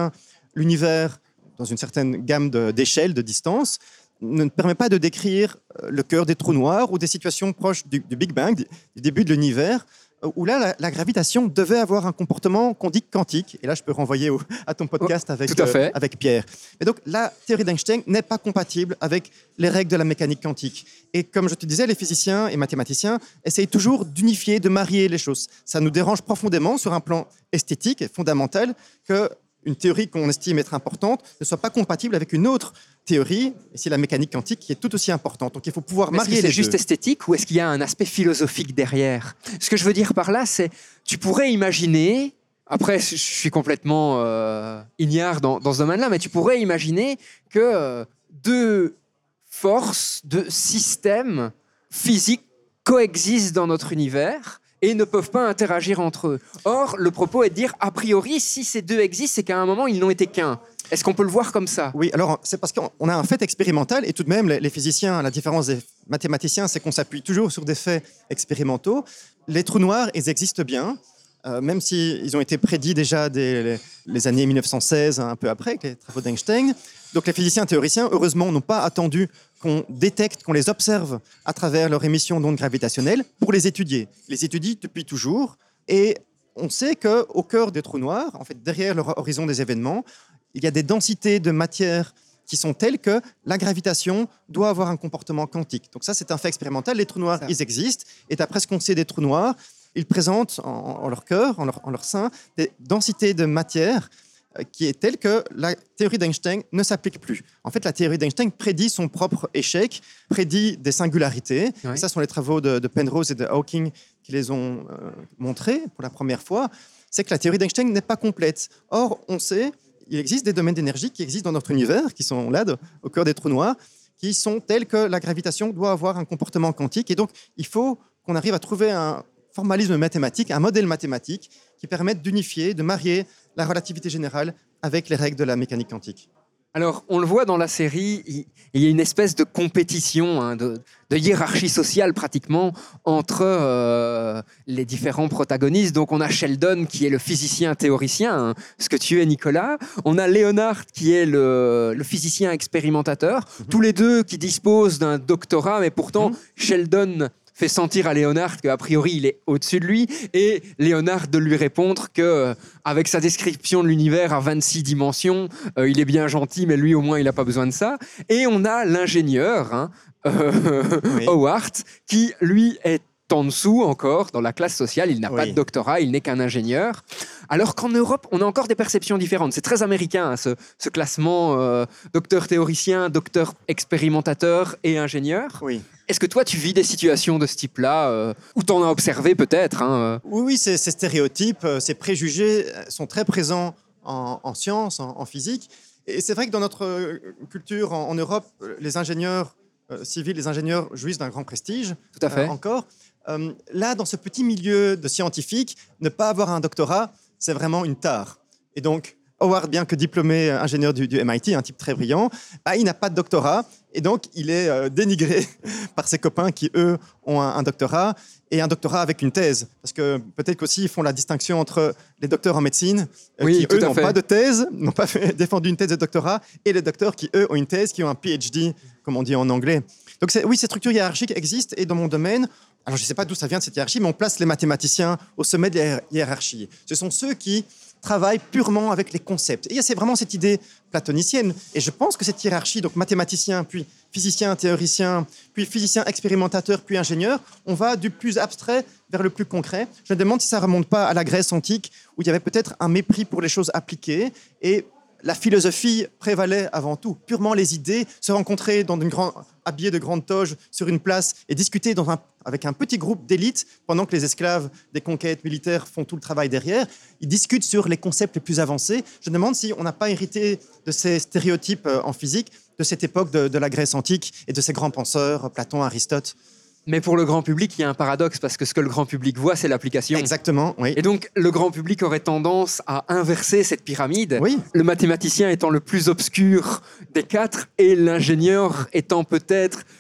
l'univers dans une certaine gamme de, d'échelle, de distance, ne permet pas de décrire le cœur des trous noirs ou des situations proches du, du Big Bang, du, du début de l'univers, où là, la, la gravitation devait avoir un comportement qu'on dit quantique. Et là, je peux renvoyer au, à ton podcast oh, avec, tout à fait. euh, avec Pierre. Et donc, la théorie d'Einstein n'est pas compatible avec les règles de la mécanique quantique. Et comme je te disais, les physiciens et mathématiciens essayent toujours d'unifier, de marier les choses. Ça nous dérange profondément sur un plan esthétique et fondamental que une théorie qu'on estime être importante ne soit pas compatible avec une autre théorie, et c'est la mécanique quantique qui est tout aussi importante. Donc il faut pouvoir Mais marier est-ce que les c'est juste deux. esthétique ou est-ce qu'il y a un aspect philosophique derrière ? Ce que je veux dire par là, c'est tu pourrais imaginer, après je suis complètement euh, ignare dans, dans ce domaine-là, mais tu pourrais imaginer que euh, deux forces, deux systèmes physiques coexistent dans notre univers et ne peuvent pas interagir entre eux. Or, le propos est de dire, a priori, si ces deux existent, c'est qu'à un moment, ils n'ont été qu'un. Est-ce qu'on peut le voir comme ça ? Oui, alors c'est parce qu'on a un fait expérimental et tout de même, les, les physiciens, à la différence des mathématiciens, c'est qu'on s'appuie toujours sur des faits expérimentaux. Les trous noirs, ils existent bien, euh, même s'ils ont été prédits déjà dès les, les années mille neuf cent seize, un peu après, avec les travaux d'Einstein. Donc les physiciens théoriciens, heureusement, n'ont pas attendu qu'on détecte, qu'on les observe à travers leur émission d'ondes gravitationnelles pour les étudier. Ils les étudient depuis toujours et on sait qu'au cœur des trous noirs, en fait, derrière leur horizon des événements, il y a des densités de matière qui sont telles que la gravitation doit avoir un comportement quantique. Donc ça, c'est un fait expérimental. Les trous noirs, ça. Ils existent. Et d'après ce qu'on sait des trous noirs, ils présentent en, en leur cœur, en leur, en leur sein, des densités de matière qui est telle que la théorie d'Einstein ne s'applique plus. En fait, la théorie d'Einstein prédit son propre échec, prédit des singularités. Oui. Et ça sont les travaux de, de Penrose et de Hawking qui les ont euh, montrés pour la première fois. C'est que la théorie d'Einstein n'est pas complète. Or, on sait, il existe des domaines d'énergie qui existent dans notre univers, qui sont là, de, au cœur des trous noirs, qui sont tels que la gravitation doit avoir un comportement quantique. Et donc, il faut qu'on arrive à trouver un formalisme mathématique, un modèle mathématique qui permette d'unifier, de marier la relativité générale avec les règles de la mécanique quantique. Alors, on le voit dans la série, il y a une espèce de compétition, hein, de, de hiérarchie sociale pratiquement entre euh, les différents protagonistes. Donc, on a Sheldon qui est le physicien théoricien, hein, ce que tu es, Nicolas. On a Leonard qui est le, le physicien expérimentateur. Mm-hmm. Tous les deux qui disposent d'un doctorat, mais pourtant, mm-hmm. Sheldon fait sentir à Leonard qu'a priori il est au-dessus de lui et Leonard de lui répondre qu'avec sa description de l'univers à vingt-six dimensions, euh, il est bien gentil mais lui au moins il n'a pas besoin de ça. Et on a l'ingénieur, hein, euh, oui. Howard, qui lui est en dessous encore dans la classe sociale, il n'a oui. pas de doctorat, il n'est qu'un ingénieur. Alors qu'en Europe, on a encore des perceptions différentes. C'est très américain, hein, ce, ce classement euh, docteur théoricien, docteur expérimentateur et ingénieur. Oui. Est-ce que toi, tu vis des situations de ce type-là, euh, ou t'en as observé peut-être hein, euh... Oui, oui ces, ces stéréotypes, ces préjugés sont très présents en, en sciences, en, en physique. Et c'est vrai que dans notre culture en, en Europe, les ingénieurs euh, civils, les ingénieurs jouissent d'un grand prestige. Tout à fait. Euh, encore. Euh, là, dans ce petit milieu de scientifiques, ne pas avoir un doctorat, c'est vraiment une tare. Et donc, Howard, bien que diplômé ingénieur du, du M I T, un type très brillant, bah, il n'a pas de doctorat et donc il est euh, dénigré par ses copains qui, eux, ont un, un doctorat et un doctorat avec une thèse. Parce que peut-être qu'aussi, ils font la distinction entre les docteurs en médecine euh, oui, qui, eux, n'ont pas de thèse, n'ont pas fait, défendu une thèse de doctorat, et les docteurs qui, eux, ont une thèse, qui ont un P H D, comme on dit en anglais. Donc c'est, oui, ces structures hiérarchiques existent et dans mon domaine, alors je ne sais pas d'où ça vient de cette hiérarchie, mais on place les mathématiciens au sommet de la hiérarchie. Ce sont ceux qui travaillent purement avec les concepts. Et c'est vraiment cette idée platonicienne. Et je pense que cette hiérarchie, donc mathématicien, puis physicien, théoricien, puis physicien expérimentateur, puis ingénieur, on va du plus abstrait vers le plus concret. Je me demande si ça ne remonte pas à la Grèce antique, où il y avait peut-être un mépris pour les choses appliquées, et la philosophie prévalait avant tout. Purement les idées, se rencontrer dans une grande, habillés de grandes toges sur une place et discuter dans un, avec un petit groupe d'élite pendant que les esclaves des conquêtes militaires font tout le travail derrière. Ils discutent sur les concepts les plus avancés. Je me demande si on n'a pas hérité de ces stéréotypes en physique de cette époque de, de la Grèce antique et de ces grands penseurs, Platon, Aristote. Mais pour le grand public, il y a un paradoxe parce que ce que le grand public voit, c'est l'application. Exactement, oui. Et donc, le grand public aurait tendance à inverser cette pyramide. Oui. Le mathématicien étant le plus obscur des quatre et l'ingénieur étant peut-être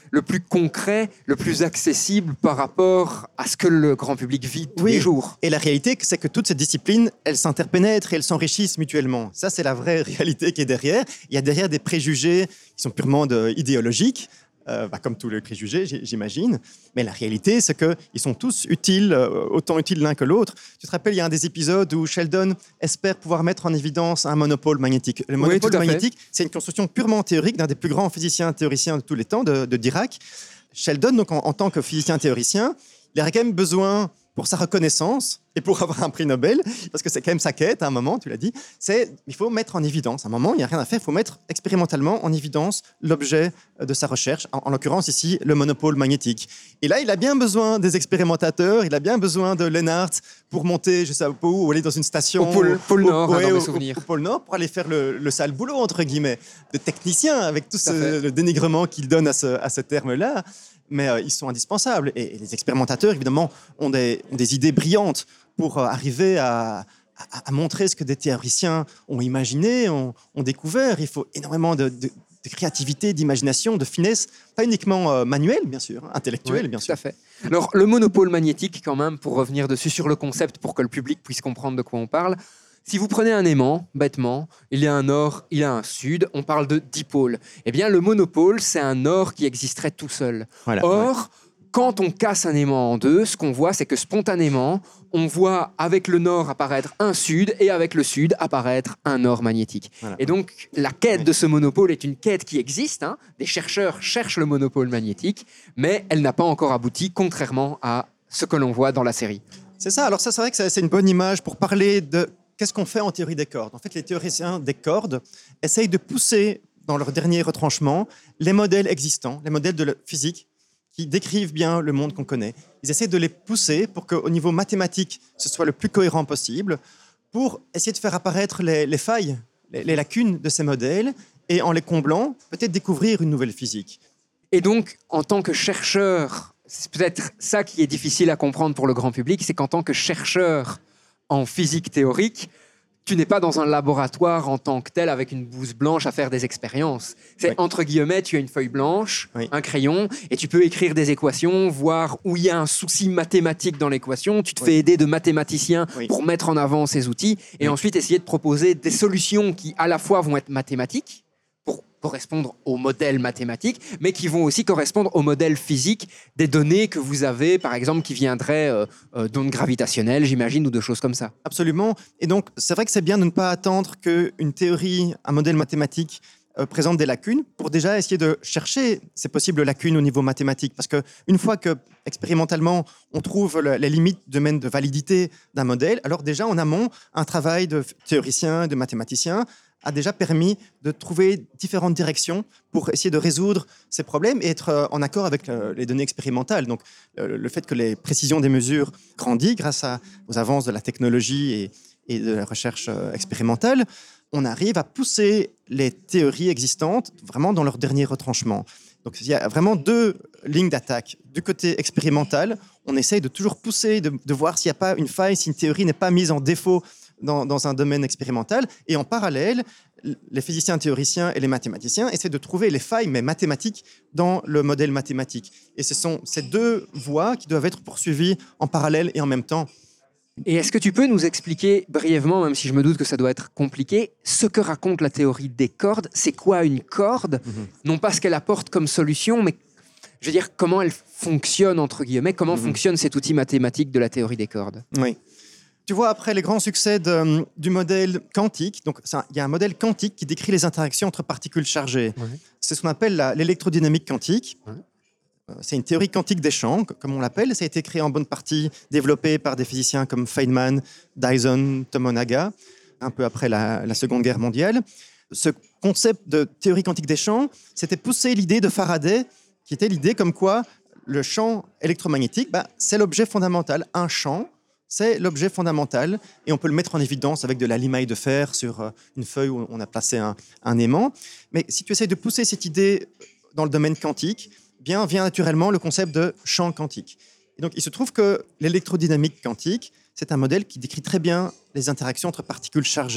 le plus concret, le plus accessible par rapport à ce que le grand public vit tous Oui. les jours. Et la réalité, c'est que toutes ces disciplines, elles s'interpénètrent et elles s'enrichissent mutuellement. Ça, c'est la vraie réalité qui est derrière. Il y a derrière des préjugés qui sont purement de, idéologiques, euh, bah, comme tous les préjugés, j'imagine. Mais la réalité, c'est qu'ils sont tous utiles, euh, autant utiles l'un que l'autre. Tu te rappelles, il y a un des épisodes où Sheldon espère pouvoir mettre en évidence un monopôle magnétique. Le monopole tout à fait. magnétique, c'est une construction purement théorique d'un des plus grands physiciens théoriciens de tous les temps, de, de Dirac. Sheldon, donc, en, en tant que physicien théoricien, il aurait quand même besoin, pour sa reconnaissance et pour avoir un prix Nobel, parce que c'est quand même sa quête à un moment, tu l'as dit, c'est il faut mettre en évidence, à un moment, il n'y a rien à faire, il faut mettre expérimentalement en évidence l'objet de sa recherche, en, en l'occurrence ici, le monopole magnétique. Et là, il a bien besoin des expérimentateurs, il a bien besoin de Lennart pour monter, je sais pas où, ou aller dans une station... Au pôle, pôle Nord, au, hein, ouais, dans mes au- souvenirs. Au pôle Nord, pour aller faire le, le sale boulot, entre guillemets, de technicien, avec tout Tout à fait. ce, le dénigrement qu'il donne à ce, à ce terme-là. Mais euh, ils sont indispensables. Et, et les expérimentateurs, évidemment, ont des, ont des idées brillantes pour euh, arriver à, à, à montrer ce que des théoriciens ont imaginé, ont, ont découvert. Il faut énormément de, de, de créativité, d'imagination, de finesse, pas uniquement euh, manuelle, bien sûr, hein, intellectuelle, Oui, bien tout sûr. à fait. Alors, le monopole magnétique, quand même, pour revenir dessus sur le concept, pour que le public puisse comprendre de quoi on parle. Si vous prenez un aimant, bêtement, il y a un nord, il y a un sud, on parle de dipôle. Eh bien, le monopôle, c'est un nord qui existerait tout seul. Voilà, Or, quand on casse un aimant en deux, ce qu'on voit, c'est que spontanément, on voit avec le nord apparaître un sud et avec le sud apparaître un nord magnétique. Voilà. Et donc, la quête Oui. de ce monopole est une quête qui existe. Hein. Des chercheurs cherchent le monopole magnétique, mais elle n'a pas encore abouti, contrairement à ce que l'on voit dans la série. C'est ça. Alors ça, c'est vrai que c'est c'est une bonne image pour parler de qu'est-ce qu'on fait en théorie des cordes. En fait, les théoriciens des cordes essayent de pousser dans leur dernier retranchement les modèles existants, les modèles de la physique qui décrivent bien le monde qu'on connaît. Ils essaient de les pousser pour qu'au niveau mathématique, ce soit le plus cohérent possible, pour essayer de faire apparaître les, les failles, les, les lacunes de ces modèles, et en les comblant, peut-être découvrir une nouvelle physique. Et donc, en tant que chercheur, c'est peut-être ça qui est difficile à comprendre pour le grand public, c'est qu'en tant que chercheur en physique théorique, tu n'es pas dans un laboratoire en tant que tel avec une blouse blanche à faire des expériences. C'est Oui. entre guillemets, tu as une feuille blanche, Oui. un crayon, et tu peux écrire des équations, voir où il y a un souci mathématique dans l'équation. Tu te Oui. fais aider de mathématiciens Oui. pour mettre en avant ces outils, et Oui. ensuite essayer de proposer des solutions qui à la fois vont être mathématiques, pour correspondre au modèle mathématique, mais qui vont aussi correspondre au modèle physique des données que vous avez, par exemple, qui viendraient euh, euh, d'ondes gravitationnelles, j'imagine, ou de choses comme ça. Absolument. Et donc, c'est vrai que c'est bien de ne pas attendre qu'une théorie, un modèle mathématique euh, présente des lacunes pour déjà essayer de chercher ces possibles lacunes au niveau mathématique. Parce qu'une fois que, expérimentalement, on trouve le- les limites du domaine de validité d'un modèle, alors déjà, en amont, un travail de théoricien, de mathématicien a déjà permis de trouver différentes directions pour essayer de résoudre ces problèmes et être euh, en accord avec euh, les données expérimentales. Donc, euh, le fait que les précisions des mesures grandissent grâce à, aux avances de la technologie et, et de la recherche euh, expérimentale, on arrive à pousser les théories existantes vraiment dans leur dernier retranchement. Donc, il y a vraiment deux lignes d'attaque. Du côté expérimental, on essaye de toujours pousser, de, de voir s'il n'y a pas une faille, si une théorie n'est pas mise en défaut dans, dans un domaine expérimental. Et en parallèle, les physiciens théoriciens et les mathématiciens essaient de trouver les failles, mais mathématiques, dans le modèle mathématique. Et ce sont ces deux voies qui doivent être poursuivies en parallèle et en même temps. Et est-ce que tu peux nous expliquer brièvement, même si je me doute que ça doit être compliqué, ce que raconte la théorie des cordes? C'est quoi une corde? Mhm. Non pas ce qu'elle apporte comme solution, mais je veux dire comment elle fonctionne, entre guillemets, comment Mhm. fonctionne cet outil mathématique de la théorie des cordes? Oui. Tu vois, après les grands succès de- du modèle quantique, donc ça, il y a un modèle quantique qui décrit les interactions entre particules chargées. Ouais. C'est ce qu'on appelle la- l'électrodynamique quantique. Ouais. Euh, C'est une théorie quantique des champs, c- comme on l'appelle. Ça a été créé en bonne partie, développé par des physiciens comme Feynman, Dyson, Tomonaga, un peu après la, la Seconde Guerre mondiale. Ce concept de théorie quantique des champs, c'était pousser l'idée de Faraday, qui était l'idée comme quoi le champ électromagnétique, bah, c'est l'objet fondamental. Un champ, c'est l'objet fondamental et on peut le mettre en évidence avec de la limaille de fer sur euh, une feuille où on a placé un, un aimant. Mais si tu essaies de pousser cette idée dans le domaine quantique, bien vient naturellement le concept de champ quantique. Et donc il se trouve que l'électrodynamique quantique, c'est un modèle qui décrit très bien les interactions entre particules chargées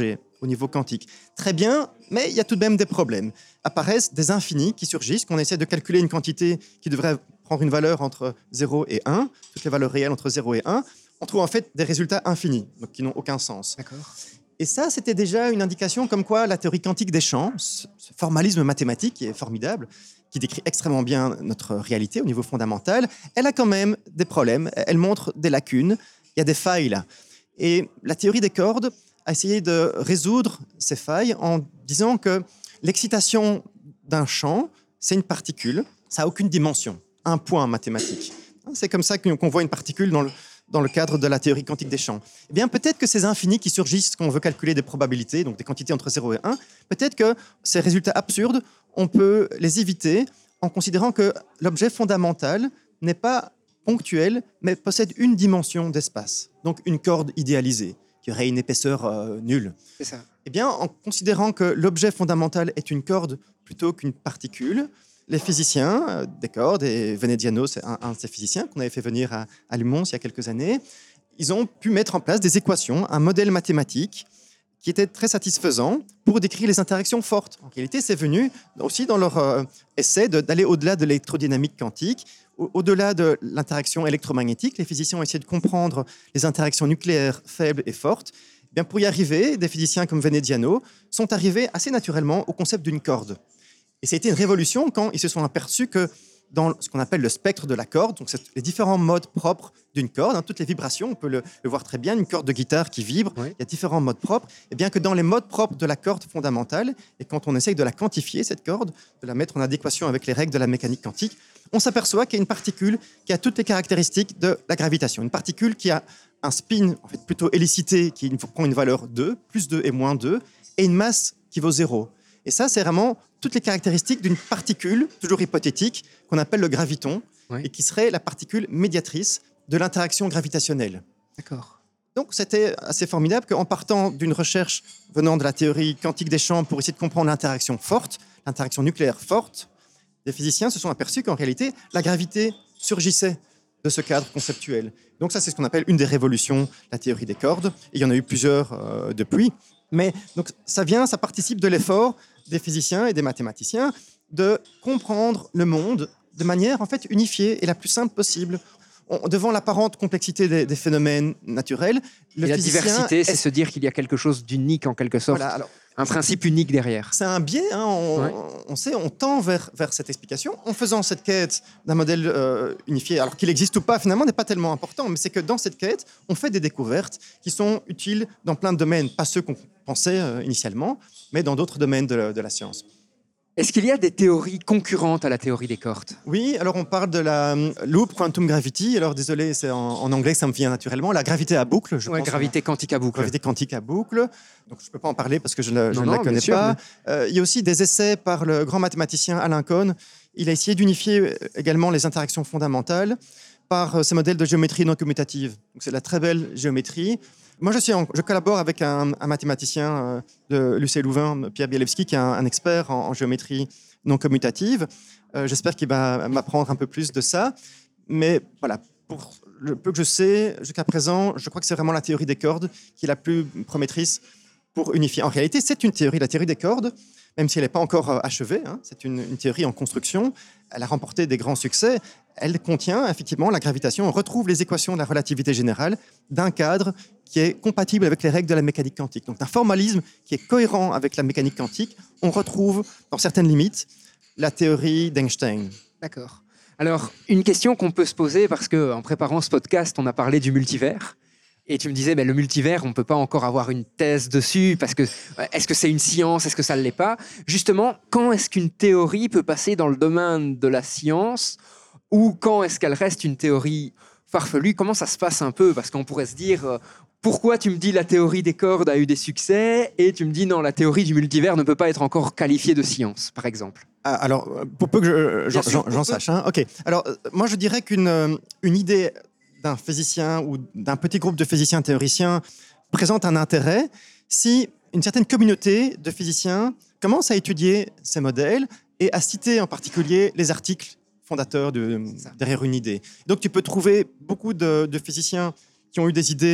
au niveau quantique. Très bien, mais il y a tout de même des problèmes. Apparaissent des infinis qui surgissent, qu'on essaie de calculer une quantité qui devrait prendre une valeur entre zéro et un, toutes les valeurs réelles entre zéro et un. On trouve en fait des résultats infinis, donc qui n'ont aucun sens. D'accord. Et ça, c'était déjà une indication comme quoi la théorie quantique des champs, ce formalisme mathématique qui est formidable, qui décrit extrêmement bien notre réalité au niveau fondamental, elle a quand même des problèmes, elle montre des lacunes, il y a des failles là. Et la théorie des cordes a essayé de résoudre ces failles en disant que l'excitation d'un champ, c'est une particule, ça n'a aucune dimension, un point mathématique. C'est comme ça qu'on voit une particule dans le, dans le cadre de la théorie quantique des champs. Eh bien, peut-être que ces infinis qui surgissent quand on veut calculer des probabilités, donc des quantités entre zéro et un, peut-être que ces résultats absurdes, on peut les éviter en considérant que l'objet fondamental n'est pas ponctuel, mais possède une dimension d'espace, donc une corde idéalisée, qui aurait une épaisseur euh, nulle. C'est ça. Eh bien, en considérant que l'objet fondamental est une corde plutôt qu'une particule, les physiciens euh, des cordes, et Venediano, c'est un, un de ces physiciens qu'on avait fait venir à, à Lumons il y a quelques années, ils ont pu mettre en place des équations, un modèle mathématique qui était très satisfaisant pour décrire les interactions fortes. En réalité, c'est venu aussi dans leur euh, essai de, d'aller au-delà de l'électrodynamique quantique, au- au-delà de l'interaction électromagnétique. Les physiciens ont essayé de comprendre les interactions nucléaires faibles et fortes. Eh bien, pour y arriver, des physiciens comme Venediano sont arrivés assez naturellement au concept d'une corde. Et ça a été une révolution quand ils se sont aperçus que dans ce qu'on appelle le spectre de la corde, donc c'est les différents modes propres d'une corde, hein, toutes les vibrations, on peut le, le voir très bien, une corde de guitare qui vibre, Oui. il y a différents modes propres, et bien que dans les modes propres de la corde fondamentale, et quand on essaye de la quantifier, cette corde, de la mettre en adéquation avec les règles de la mécanique quantique, on s'aperçoit qu'il y a une particule qui a toutes les caractéristiques de la gravitation, une particule qui a un spin en fait, plutôt hélicité qui prend une valeur deux, plus deux et moins deux, et une masse qui vaut zéro. Et ça, c'est vraiment toutes les caractéristiques d'une particule, toujours hypothétique, qu'on appelle le graviton, Oui. et qui serait la particule médiatrice de l'interaction gravitationnelle. D'accord. Donc, c'était assez formidable qu'en partant d'une recherche venant de la théorie quantique des champs pour essayer de comprendre l'interaction forte, l'interaction nucléaire forte, les physiciens se sont aperçus qu'en réalité, la gravité surgissait de ce cadre conceptuel. Donc ça, c'est ce qu'on appelle une des révolutions, la théorie des cordes. Et il y en a eu plusieurs euh, depuis. Mais donc, ça vient, ça participe de l'effort des physiciens et des mathématiciens de comprendre le monde de manière en fait unifiée et la plus simple possible. On, devant l'apparente complexité des, des phénomènes naturels, le Et la physicien diversité, c'est est- se dire qu'il y a quelque chose d'unique en quelque sorte, Voilà, alors, un principe unique derrière. c'est un biais, hein, on, Ouais. on sait, on tend vers, vers cette explication en faisant cette quête d'un modèle euh, unifié. Alors qu'il existe ou pas, finalement, n'est pas tellement important, mais c'est que dans cette quête, on fait des découvertes qui sont utiles dans plein de domaines, pas ceux qu'on pensait euh, initialement, mais dans d'autres domaines de, la- de la science. Est-ce qu'il y a des théories concurrentes à la théorie des cordes? Oui, alors on parle de la euh, loop quantum gravity. Alors désolé, c'est en, en anglais que ça me vient naturellement. La gravité à boucle, je Ouais, pense. gravité quantique à boucle. Gravité quantique à boucle. Donc je ne peux pas en parler parce que je, ne- je Non, ne la non, connais bien sûr, pas. Euh, il y a aussi des essais par le grand mathématicien Alain Cohn. Il a essayé d'unifier euh, également les interactions fondamentales par euh, ces modèles de géométrie non commutative. Donc c'est de la très belle géométrie. Moi, je, suis en- je collabore avec un, un mathématicien euh, de l'U C Louvain, Pierre Bielewski, qui est un, un expert en, en géométrie non commutative. Euh, J'espère qu'il va m'apprendre un peu plus de ça. Mais voilà, pour le peu que je sais, jusqu'à présent, je crois que c'est vraiment la théorie des cordes qui est la plus promettrice pour unifier. En réalité, c'est une théorie, la théorie des cordes, même si elle n'est pas encore euh, achevée. Hein, c'est une, une théorie en construction. Elle a remporté des grands succès. Elle contient effectivement la gravitation. On retrouve les équations de la relativité générale d'un cadre qui est compatible avec les règles de la mécanique quantique. Donc, d'un formalisme qui est cohérent avec la mécanique quantique, on retrouve, dans certaines limites, la théorie d'Einstein. D'accord. Alors, une question qu'on peut se poser, parce qu'en préparant ce podcast, on a parlé du multivers. Et tu me disais, ben, le multivers, on ne peut pas encore avoir une thèse dessus, parce que euh, est-ce que c'est une science, est-ce que ça ne l'est pas? Justement, quand est-ce qu'une théorie peut passer dans le domaine de la science, ou quand est-ce qu'elle reste une théorie farfelue? Comment ça se passe un peu? Parce qu'on pourrait se dire, euh, pourquoi tu me dis la théorie des cordes a eu des succès, et tu me dis, non, la théorie du multivers ne peut pas être encore qualifiée de science, par exemple? Ah, alors, euh, pour peu que je- j'en sûr, j'en- pour j'en peu. sache. Hein. Ok. Alors, euh, moi, je dirais qu'une euh, une idée d'un physicien ou d'un petit groupe de physiciens théoriciens présente un intérêt si une certaine communauté de physiciens commence à étudier ces modèles et à citer en particulier les articles fondateurs de, Ça. derrière une idée. Donc, tu peux trouver beaucoup de, de physiciens qui ont eu des idées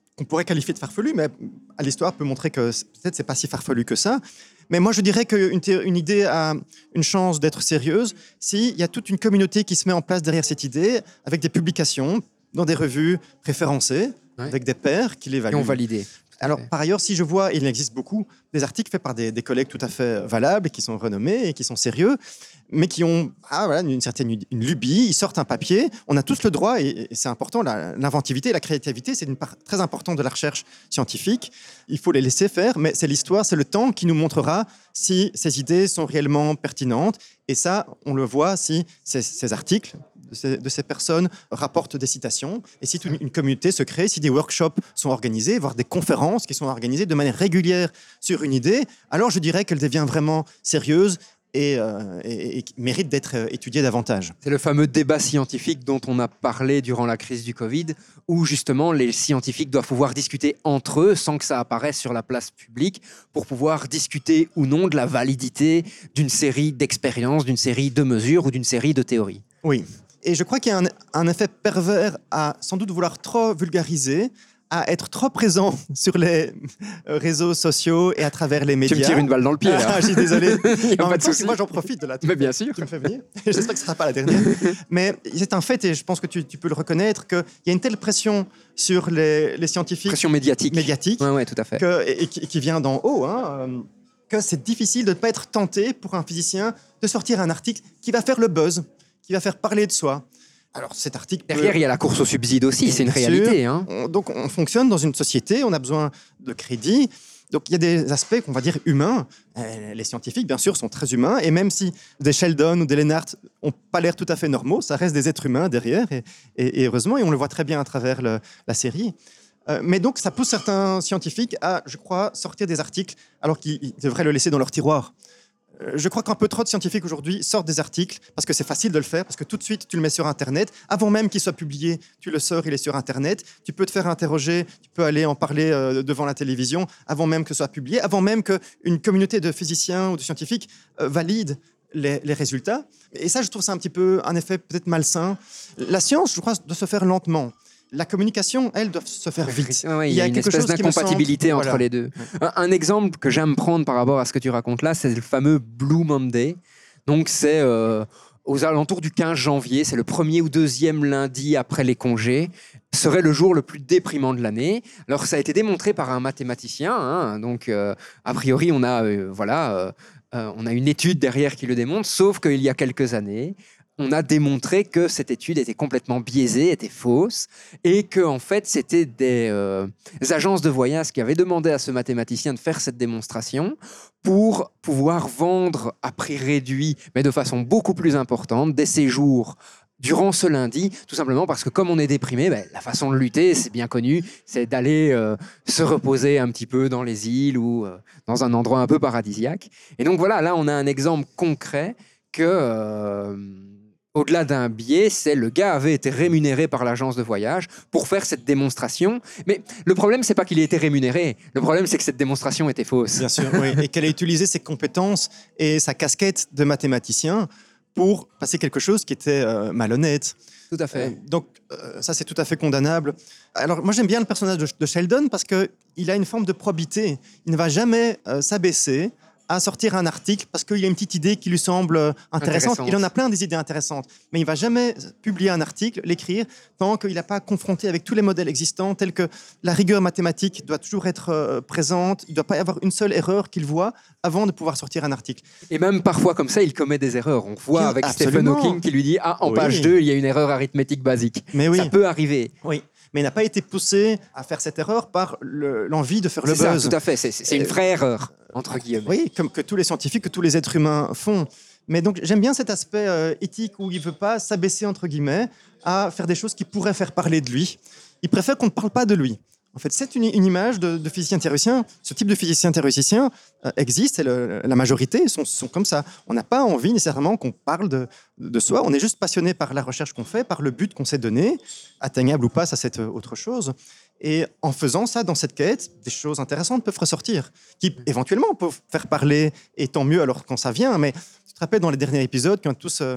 qu'on pourrait qualifier de farfelu, mais à l'histoire peut montrer que peut-être c'est pas si farfelu que ça. Mais moi, je dirais qu'une thé- une idée a une chance d'être sérieuse s'il y a toute une communauté qui se met en place derrière cette idée, avec des publications dans des revues référencées, Ouais. avec des pairs qui Qui l'évaluent. ont validé. Alors, par ailleurs, si je vois, il existe beaucoup des articles faits par des, des collègues tout à fait valables, et qui sont renommés et qui sont sérieux, mais qui ont ah, voilà, une certaine une lubie, ils sortent un papier. On a tous le droit, et, et c'est important, la- l'inventivité, la créativité, c'est une part très importante de la recherche scientifique. Il faut les laisser faire, mais c'est l'histoire, c'est le temps qui nous montrera si ces idées sont réellement pertinentes. Et ça, on le voit si ces, ces articles de ces, de ces personnes rapportent des citations, et si toute une, une communauté se crée, si des workshops sont organisés, voire des conférences qui sont organisées de manière régulière sur une idée, alors je dirais qu'elle devient vraiment sérieuse et, euh, et, et mérite d'être euh, étudiée davantage. C'est le fameux débat scientifique dont on a parlé durant la crise du Covid, où justement les scientifiques doivent pouvoir discuter entre eux sans que ça apparaisse sur la place publique, pour pouvoir discuter ou non de la validité d'une série d'expériences, d'une série de mesures ou d'une série de théories. Oui. Et je crois qu'il y a un, un effet pervers à sans doute vouloir trop vulgariser, à être trop présent sur les euh, réseaux sociaux et à travers les médias. Tu me tires une balle dans le pied, là. Ah, je suis désolé. Y a En pas même de temps, souci. c'est moi, j'en profite de la Mais bien sûr. qui me fait venir. J'espère que ce ne sera pas la dernière. Mais c'est un fait, et je pense que tu, tu peux le reconnaître, qu'il y a une telle pression sur les, les scientifiques Pression médiatique. médiatiques Ouais, ouais, tout à fait. que, et, et qui, qui vient d'en haut, hein, euh, que c'est difficile de ne pas être tenté pour un physicien de sortir un article qui va faire le buzz, qui va faire parler de soi. Alors cet article peut- Derrière, il y a la course au subside aussi, c'est une Bien réalité. sûr. Hein. On- donc on fonctionne dans une société, on a besoin de crédit. Donc il y a des aspects qu'on va dire humains. Euh, les scientifiques, bien sûr, sont très humains. Et même si des Sheldon ou des Lennart n'ont pas l'air tout à fait normaux, ça reste des êtres humains derrière. Et, et- et heureusement, et on le voit très bien à travers le- la série. Euh, mais donc ça pousse certains scientifiques à, je crois, sortir des articles alors qu'ils ils devraient le laisser dans leur tiroir. Euh, Je crois qu'un peu trop de scientifiques aujourd'hui sortent des articles parce que c'est facile de le faire, parce que tout de suite tu le mets sur Internet. Avant même qu'il soit publié, tu le sors, il est sur Internet. Tu peux te faire interroger, tu peux aller en parler euh, devant la télévision avant même que ce soit publié, avant même qu'une communauté de physiciens ou de scientifiques euh, valide les, les résultats. Et ça, je trouve ça un petit peu un effet peut-être malsain. La science, je crois, doit se faire lentement. La communication, elle, doit se faire vite. Ouais, ouais, il y a, une quelque espèce chose qui me d'incompatibilité semble- entre voilà. les deux. Un, un exemple que j'aime prendre par rapport à ce que tu racontes là, c'est le fameux Blue Monday. Donc c'est euh, aux alentours du quinze janvier, c'est le premier ou deuxième lundi après les congés, serait le jour le plus déprimant de l'année. Alors ça a été démontré par un mathématicien, hein, donc euh, a priori on a, euh, voilà, euh, euh, on a une étude derrière qui le démontre, sauf qu'il y a quelques années, on a démontré que cette étude était complètement biaisée, était fausse, et que en fait, c'était des euh, agences de voyage qui avaient demandé à ce mathématicien de faire cette démonstration pour pouvoir vendre à prix réduit, mais de façon beaucoup plus importante, des séjours durant ce lundi, tout simplement parce que comme on est déprimé, ben, la façon de lutter, c'est bien connu, c'est d'aller euh, se reposer un petit peu dans les îles ou euh, dans un endroit un peu paradisiaque. Et donc voilà, là, on a un exemple concret que... euh, au-delà d'un biais, c'est le gars avait été rémunéré par l'agence de voyage pour faire cette démonstration. Mais le problème, c'est pas qu'il ait été rémunéré. Le problème, c'est que cette démonstration était fausse. Bien sûr, oui. Et qu'elle a utilisé ses compétences et sa casquette de mathématicien pour passer quelque chose qui était euh, malhonnête. Tout à fait. Euh, donc euh, ça, c'est tout à fait condamnable. Alors moi, j'aime bien le personnage de, de Sheldon parce qu'il a une forme de probité. Il ne va jamais euh, s'abaisser à sortir un article parce qu'il a une petite idée qui lui semble euh, intéressante. Intéressante. Il en a plein des idées intéressantes, mais il ne va jamais publier un article, l'écrire, tant qu'il n'a pas confronté avec tous les modèles existants, tels que la rigueur mathématique doit toujours être euh, présente, il ne doit pas y avoir une seule erreur qu'il voit avant de pouvoir sortir un article. Et même parfois, comme ça, il commet des erreurs. On voit Bien, avec absolument. Stephen Hawking qui lui dit « Ah, en Oui. page deux, il y a une erreur arithmétique basique. Mais oui. Ça peut arriver. Oui, mais il n'a pas été poussé à faire cette erreur par le- l'envie de faire le C'est ça, buzz. tout à fait. C'est- C'est c'est une vraie erreur, entre guillemets. Oui, comme que tous les scientifiques, que tous les êtres humains font. Mais donc, j'aime bien cet aspect euh, éthique où il ne veut pas s'abaisser, entre guillemets, à faire des choses qui pourraient faire parler de lui. Il préfère qu'on ne parle pas de lui. En fait, c'est une, une image de, de physicien théoricien. Ce type de physicien théoricien euh, existe et le- la majorité sont, sont comme ça. On n'a pas envie nécessairement qu'on parle de, de soi. On est juste passionné par la recherche qu'on fait, par le but qu'on s'est donné, atteignable ou pas, ça c'est euh, autre chose. Et en faisant ça dans cette quête, des choses intéressantes peuvent ressortir, qui éventuellement peuvent faire parler, et tant mieux alors quand ça vient. Mais tu te rappelles dans les derniers épisodes, quand tous euh,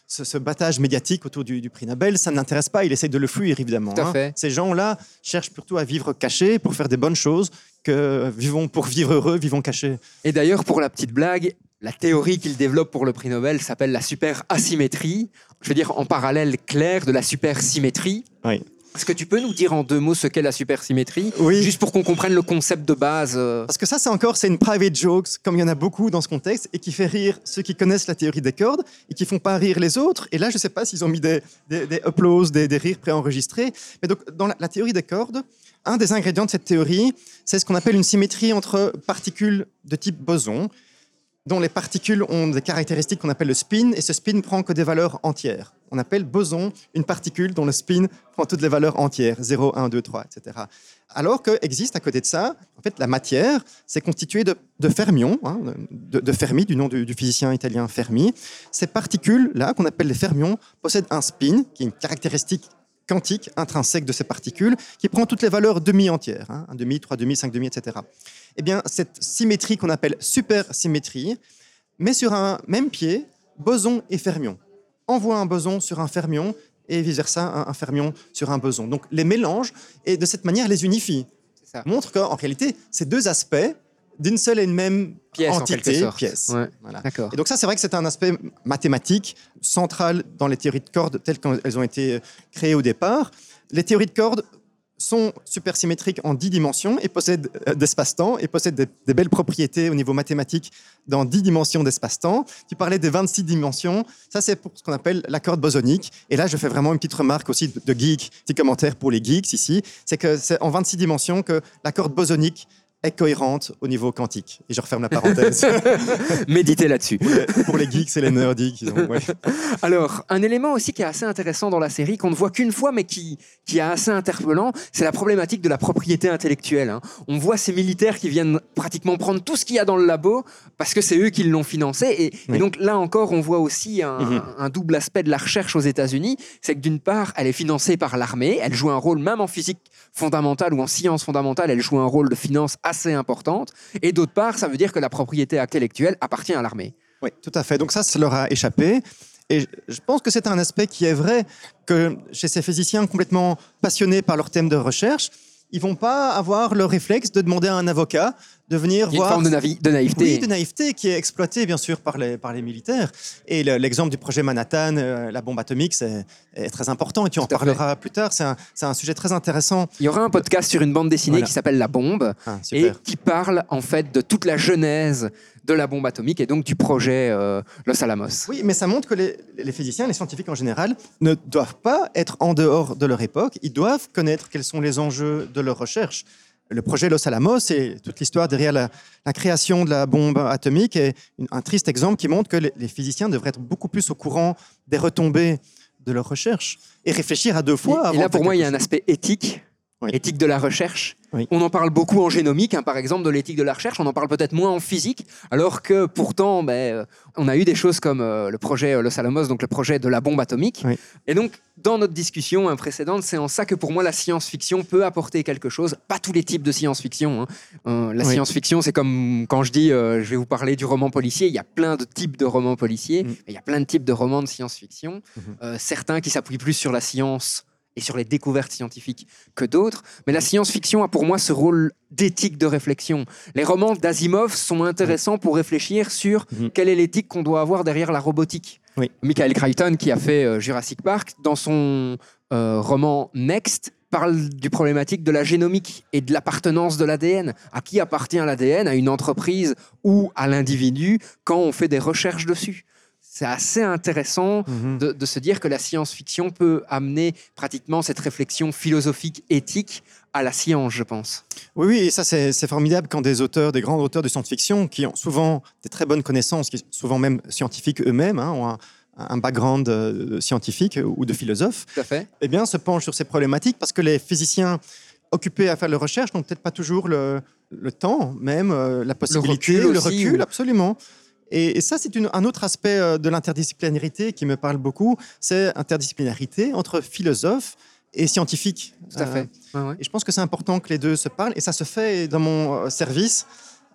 ce, ce battage médiatique autour du, du prix Nobel, ça ne l'intéresse pas. Il essaie de le fuir, évidemment. Tout à hein. fait. Ces gens-là cherchent plutôt à vivre cachés pour faire des bonnes choses que vivons pour vivre heureux, vivons cachés. Et d'ailleurs, pour la petite blague, la théorie qu'il développe pour le prix Nobel s'appelle la super-asymétrie. Je veux dire, en parallèle clair de la supersymétrie. Oui. Est-ce que tu peux nous dire en deux mots ce qu'est la supersymétrie ? Oui. Juste pour qu'on comprenne le concept de base. euh. Parce que ça, c'est encore, c'est une private joke, comme il y en a beaucoup dans ce contexte, et qui fait rire ceux qui connaissent la théorie des cordes, et qui font pas rire les autres. Et là, je ne sais pas s'ils ont mis des, des, des uploads, des, des rires préenregistrés. Mais donc, dans la, la théorie des cordes, un des ingrédients de cette théorie, c'est ce qu'on appelle une symétrie entre particules de type boson, dont les particules ont des caractéristiques qu'on appelle le spin, et ce spin prend que des valeurs entières. On appelle boson une particule dont le spin prend toutes les valeurs entières, zéro, un, deux, trois, et cetera. Alors qu'existe à côté de ça, en fait, la matière, c'est constitué de, de fermions, hein, de, de Fermi, du nom du, du physicien italien Fermi. Ces particules-là, qu'on appelle les fermions, possèdent un spin, qui est une caractéristique quantique intrinsèque de ces particules, qui prend toutes les valeurs demi-entières, hein, un demi, trois demi, cinq demi, et cetera. Eh bien, cette symétrie qu'on appelle supersymétrie met sur un même pied boson et fermion. Envoie un boson sur un fermion et vice-versa, un, un fermion sur un boson. Donc, les mélange et de cette manière les unifie. C'est ça. Montre qu'en réalité, ces deux aspects d'une seule et une même Pièce, en entité, quelque sorte. pièce. Ouais. Voilà. D'accord. Et donc ça, c'est vrai que c'est un aspect mathématique central dans les théories de cordes telles qu'elles ont été créées au départ. Les théories de cordes sont supersymétriques en dix dimensions et possèdent euh, d'espace-temps et possèdent des, des belles propriétés au niveau mathématique dans dix dimensions d'espace-temps. Tu parlais des vingt-six dimensions. Ça, c'est pour ce qu'on appelle la corde bosonique. Et là, je fais vraiment une petite remarque aussi de, de geek, petit commentaire pour les geeks ici. C'est que c'est en vingt-six dimensions que la corde bosonique est cohérente au niveau quantique. Et je referme la parenthèse. Méditez là-dessus. pour, les, pour les geeks et les nerdies. Qui ont, ouais. Alors, un élément aussi qui est assez intéressant dans la série, qu'on ne voit qu'une fois, mais qui, qui est assez interpellant, c'est la problématique de la propriété intellectuelle. Hein. On voit ces militaires qui viennent pratiquement prendre tout ce qu'il y a dans le labo, parce que c'est eux qui l'ont financé. Et, oui. et donc là encore, on voit aussi un, mm-hmm. un double aspect de la recherche aux États-Unis. C'est que d'une part, elle est financée par l'armée, elle joue un rôle, même en physique fondamentale ou en sciences fondamentales, elle joue un rôle de finance assez importante. Et d'autre part, ça veut dire que la propriété intellectuelle appartient à l'armée. Oui, tout à fait. Donc ça, ça leur a échappé. Et je pense que c'est un aspect qui est vrai, que chez ces physiciens complètement passionnés par leur thème de recherche, ils ne vont pas avoir le réflexe de demander à un avocat de venir Il y a voir... une forme de, navi- de naïveté. Oui, de naïveté qui est exploitée, bien sûr, par les, par les militaires. Et le, l'exemple du projet Manhattan, euh, la bombe atomique, c'est, est très important. Et tu Tout en parleras fait. plus tard. C'est un, c'est un sujet très intéressant. Il y aura un podcast sur une bande dessinée voilà. qui s'appelle La Bombe ah, et qui parle, en fait, de toute la genèse de la bombe atomique et donc du projet euh, Los Alamos. Oui, mais ça montre que les, les physiciens, les scientifiques en général, ne doivent pas être en dehors de leur époque. Ils doivent connaître quels sont les enjeux de leur recherche. Le projet Los Alamos et toute l'histoire derrière la, la création de la bombe atomique est une, un triste exemple qui montre que les, les physiciens devraient être beaucoup plus au courant des retombées de leur recherche et réfléchir à deux fois. Et, avant et là, pour moi, il y a un chose. aspect éthique. Oui. Éthique de la recherche. Oui. On en parle beaucoup en génomique, hein, par exemple, de l'éthique de la recherche. On en parle peut-être moins en physique, alors que pourtant, ben, on a eu des choses comme euh, le projet Los Alamos, donc le projet de la bombe atomique. Oui. Et donc, dans notre discussion hein, précédente, c'est en ça que pour moi, la science-fiction peut apporter quelque chose. Pas tous les types de science-fiction. Hein. Euh, la oui. science-fiction, c'est comme quand je dis, euh, je vais vous parler du roman policier. Il y a plein de types de romans policiers. Mm. Il y a plein de types de romans de science-fiction. Mm-hmm. Euh, certains qui s'appuient plus sur la science et sur les découvertes scientifiques que d'autres. Mais la science-fiction a pour moi ce rôle d'éthique de réflexion. Les romans d'Asimov sont intéressants pour réfléchir sur mmh. quelle est l'éthique qu'on doit avoir derrière la robotique. Oui. Michael Crichton, qui a fait euh, Jurassic Park, dans son euh, roman Next, parle du problématique de la génomique et de l'appartenance de l'A D N. À qui appartient l'A D N ? À une entreprise ou à l'individu quand on fait des recherches dessus. C'est assez intéressant mmh. de, de se dire que la science-fiction peut amener pratiquement cette réflexion philosophique, éthique à la science, je pense. Oui, oui, et ça c'est, c'est formidable quand des auteurs, des grands auteurs de science-fiction qui ont souvent des très bonnes connaissances, qui sont souvent même scientifiques eux-mêmes, hein, ont un, un background euh, scientifique ou de philosophe, Tout à fait. Eh bien, se penchent sur ces problématiques parce que les physiciens occupés à faire leur recherche n'ont peut-être pas toujours le, le temps, même euh, la possibilité, le recul, le aussi, recul ou... absolument. Et, et ça, c'est une, un autre aspect de l'interdisciplinarité qui me parle beaucoup, c'est l'interdisciplinarité entre philosophes et scientifiques. Tout à fait. Euh, ouais, ouais. Et je pense que c'est important que les deux se parlent, et ça se fait dans mon service.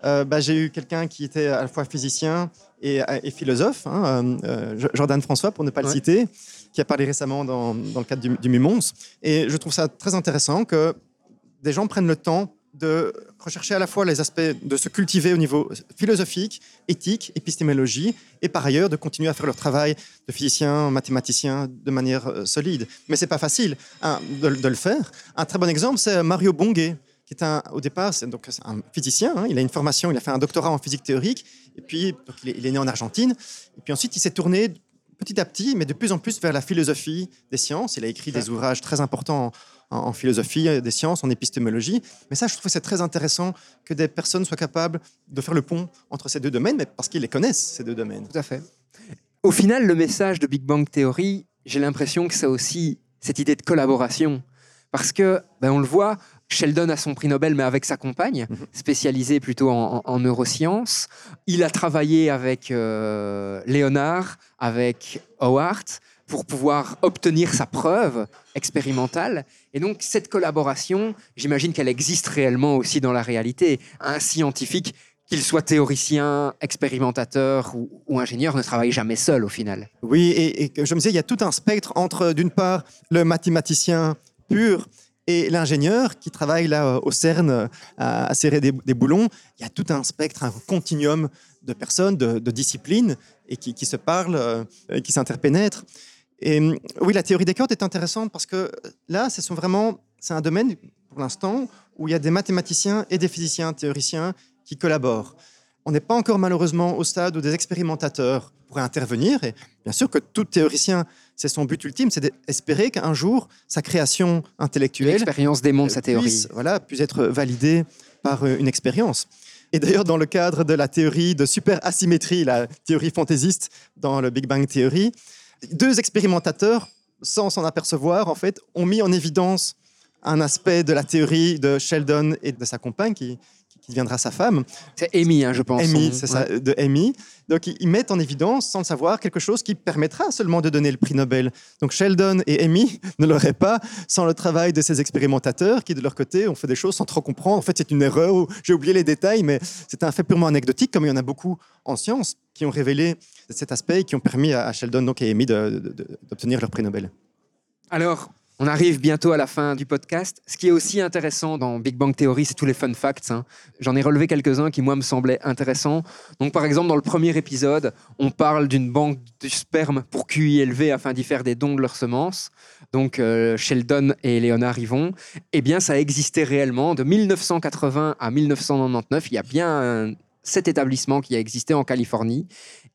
euh, bah, j'ai eu quelqu'un qui était à la fois physicien et, et philosophe, hein, euh, Jordan François, pour ne pas ouais. le citer, qui a parlé récemment dans, dans le cadre du, du Mumons. Et je trouve ça très intéressant que des gens prennent le temps de rechercher à la fois les aspects de se cultiver au niveau philosophique, éthique, épistémologie, et par ailleurs de continuer à faire leur travail de physicien, mathématicien de manière euh, solide. Mais c'est pas facile hein, de, de le faire. Un très bon exemple, c'est Mario Bonguet, qui est un, au départ, c'est donc c'est un physicien. Hein, il a une formation, il a fait un doctorat en physique théorique, et puis donc, il, est, il est né en Argentine. Et puis ensuite, il s'est tourné petit à petit, mais de plus en plus vers la philosophie des sciences. Il a écrit des ouvrages très importants en, en philosophie des sciences, en épistémologie. Mais ça, je trouve que c'est très intéressant que des personnes soient capables de faire le pont entre ces deux domaines, mais parce qu'ils les connaissent, ces deux domaines. Tout à fait. Au final, le message de Big Bang Theory, j'ai l'impression que c'est aussi cette idée de collaboration. Parce que, ben, on le voit, Sheldon a son prix Nobel, mais avec sa compagne, mmh. spécialisée plutôt en, en, en neurosciences. Il a travaillé avec euh, Leonard, avec Howard, pour pouvoir obtenir sa preuve expérimentale. Et donc, cette collaboration, j'imagine qu'elle existe réellement aussi dans la réalité. Un scientifique, qu'il soit théoricien, expérimentateur ou, ou ingénieur, ne travaille jamais seul au final. Oui, et, et je me disais, il y a tout un spectre entre, d'une part, le mathématicien pur et l'ingénieur qui travaille là au CERN à, à serrer des, des boulons. Il y a tout un spectre, un continuum de personnes, de, de disciplines et qui, qui se parlent, euh, qui s'interpénètrent. Et oui, la théorie des cordes est intéressante parce que là, ce sont vraiment, c'est un domaine pour l'instant où il y a des mathématiciens et des physiciens théoriciens qui collaborent. On n'est pas encore malheureusement au stade où des expérimentateurs pourraient intervenir. Et bien sûr que tout théoricien, c'est son but ultime, c'est d'espérer qu'un jour, sa création intellectuelle... L'expérience démontre sa théorie. Puisse, voilà, puisse être validée par une expérience. Et d'ailleurs, dans le cadre de la théorie de super-asymétrie, la théorie fantaisiste dans le Big Bang Theory, deux expérimentateurs, sans s'en apercevoir, en fait, ont mis en évidence un aspect de la théorie de Sheldon et de sa compagne, qui, qui deviendra sa femme. C'est Amy, hein, je pense. Amy, son... c'est ouais. ça, de Amy. Donc, ils mettent en évidence, sans le savoir, quelque chose qui permettra seulement de donner le prix Nobel. Donc, Sheldon et Amy ne l'auraient pas sans le travail de ces expérimentateurs qui, de leur côté, ont fait des choses sans trop comprendre. En fait, c'est une erreur, ou j'ai oublié les détails, mais c'est un fait purement anecdotique, comme il y en a beaucoup en sciences qui ont révélé cet aspect et qui ont permis à Sheldon donc, et Amy de, de, de, d'obtenir leur prix Nobel. Alors, on arrive bientôt à la fin du podcast. Ce qui est aussi intéressant dans Big Bang Theory, c'est tous les fun facts. Hein. J'en ai relevé quelques-uns qui, moi, me semblaient intéressants. Donc, par exemple, dans le premier épisode, on parle d'une banque de sperme pour Q I élevé afin d'y faire des dons de leurs semences. Donc, euh, Sheldon et Leonard y vont. Eh bien, ça existait réellement. De mille neuf cent quatre-vingts à mille neuf cent quatre-vingt-dix-neuf, il y a bien un, cet établissement qui a existé en Californie.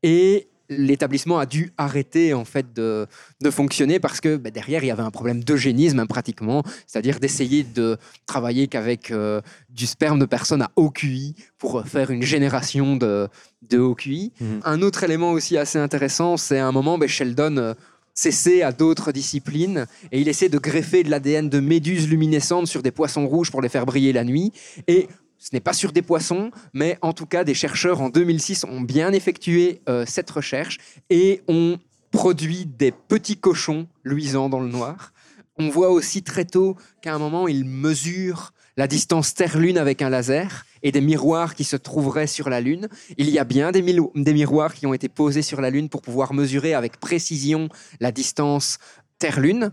Et l'établissement a dû arrêter en fait de, de fonctionner parce que bah, derrière il y avait un problème d'eugénisme hein, pratiquement, c'est-à-dire d'essayer de travailler qu'avec euh, du sperme de personnes à haut Q I pour faire une génération de, de haut Q I. Mmh. Un autre élément aussi assez intéressant, c'est à un moment bah, Sheldon euh, s'essaie à d'autres disciplines et il essaie de greffer de l'A D N de méduses luminescentes sur des poissons rouges pour les faire briller la nuit. Et ce n'est pas sur des poissons, mais en tout cas, des chercheurs en deux mille six ont bien effectué euh, cette recherche et ont produit des petits cochons luisants dans le noir. On voit aussi très tôt qu'à un moment, ils mesurent la distance Terre-Lune avec un laser et des miroirs qui se trouveraient sur la Lune. Il y a bien des, mil- des miroirs qui ont été posés sur la Lune pour pouvoir mesurer avec précision la distance Terre-Lune.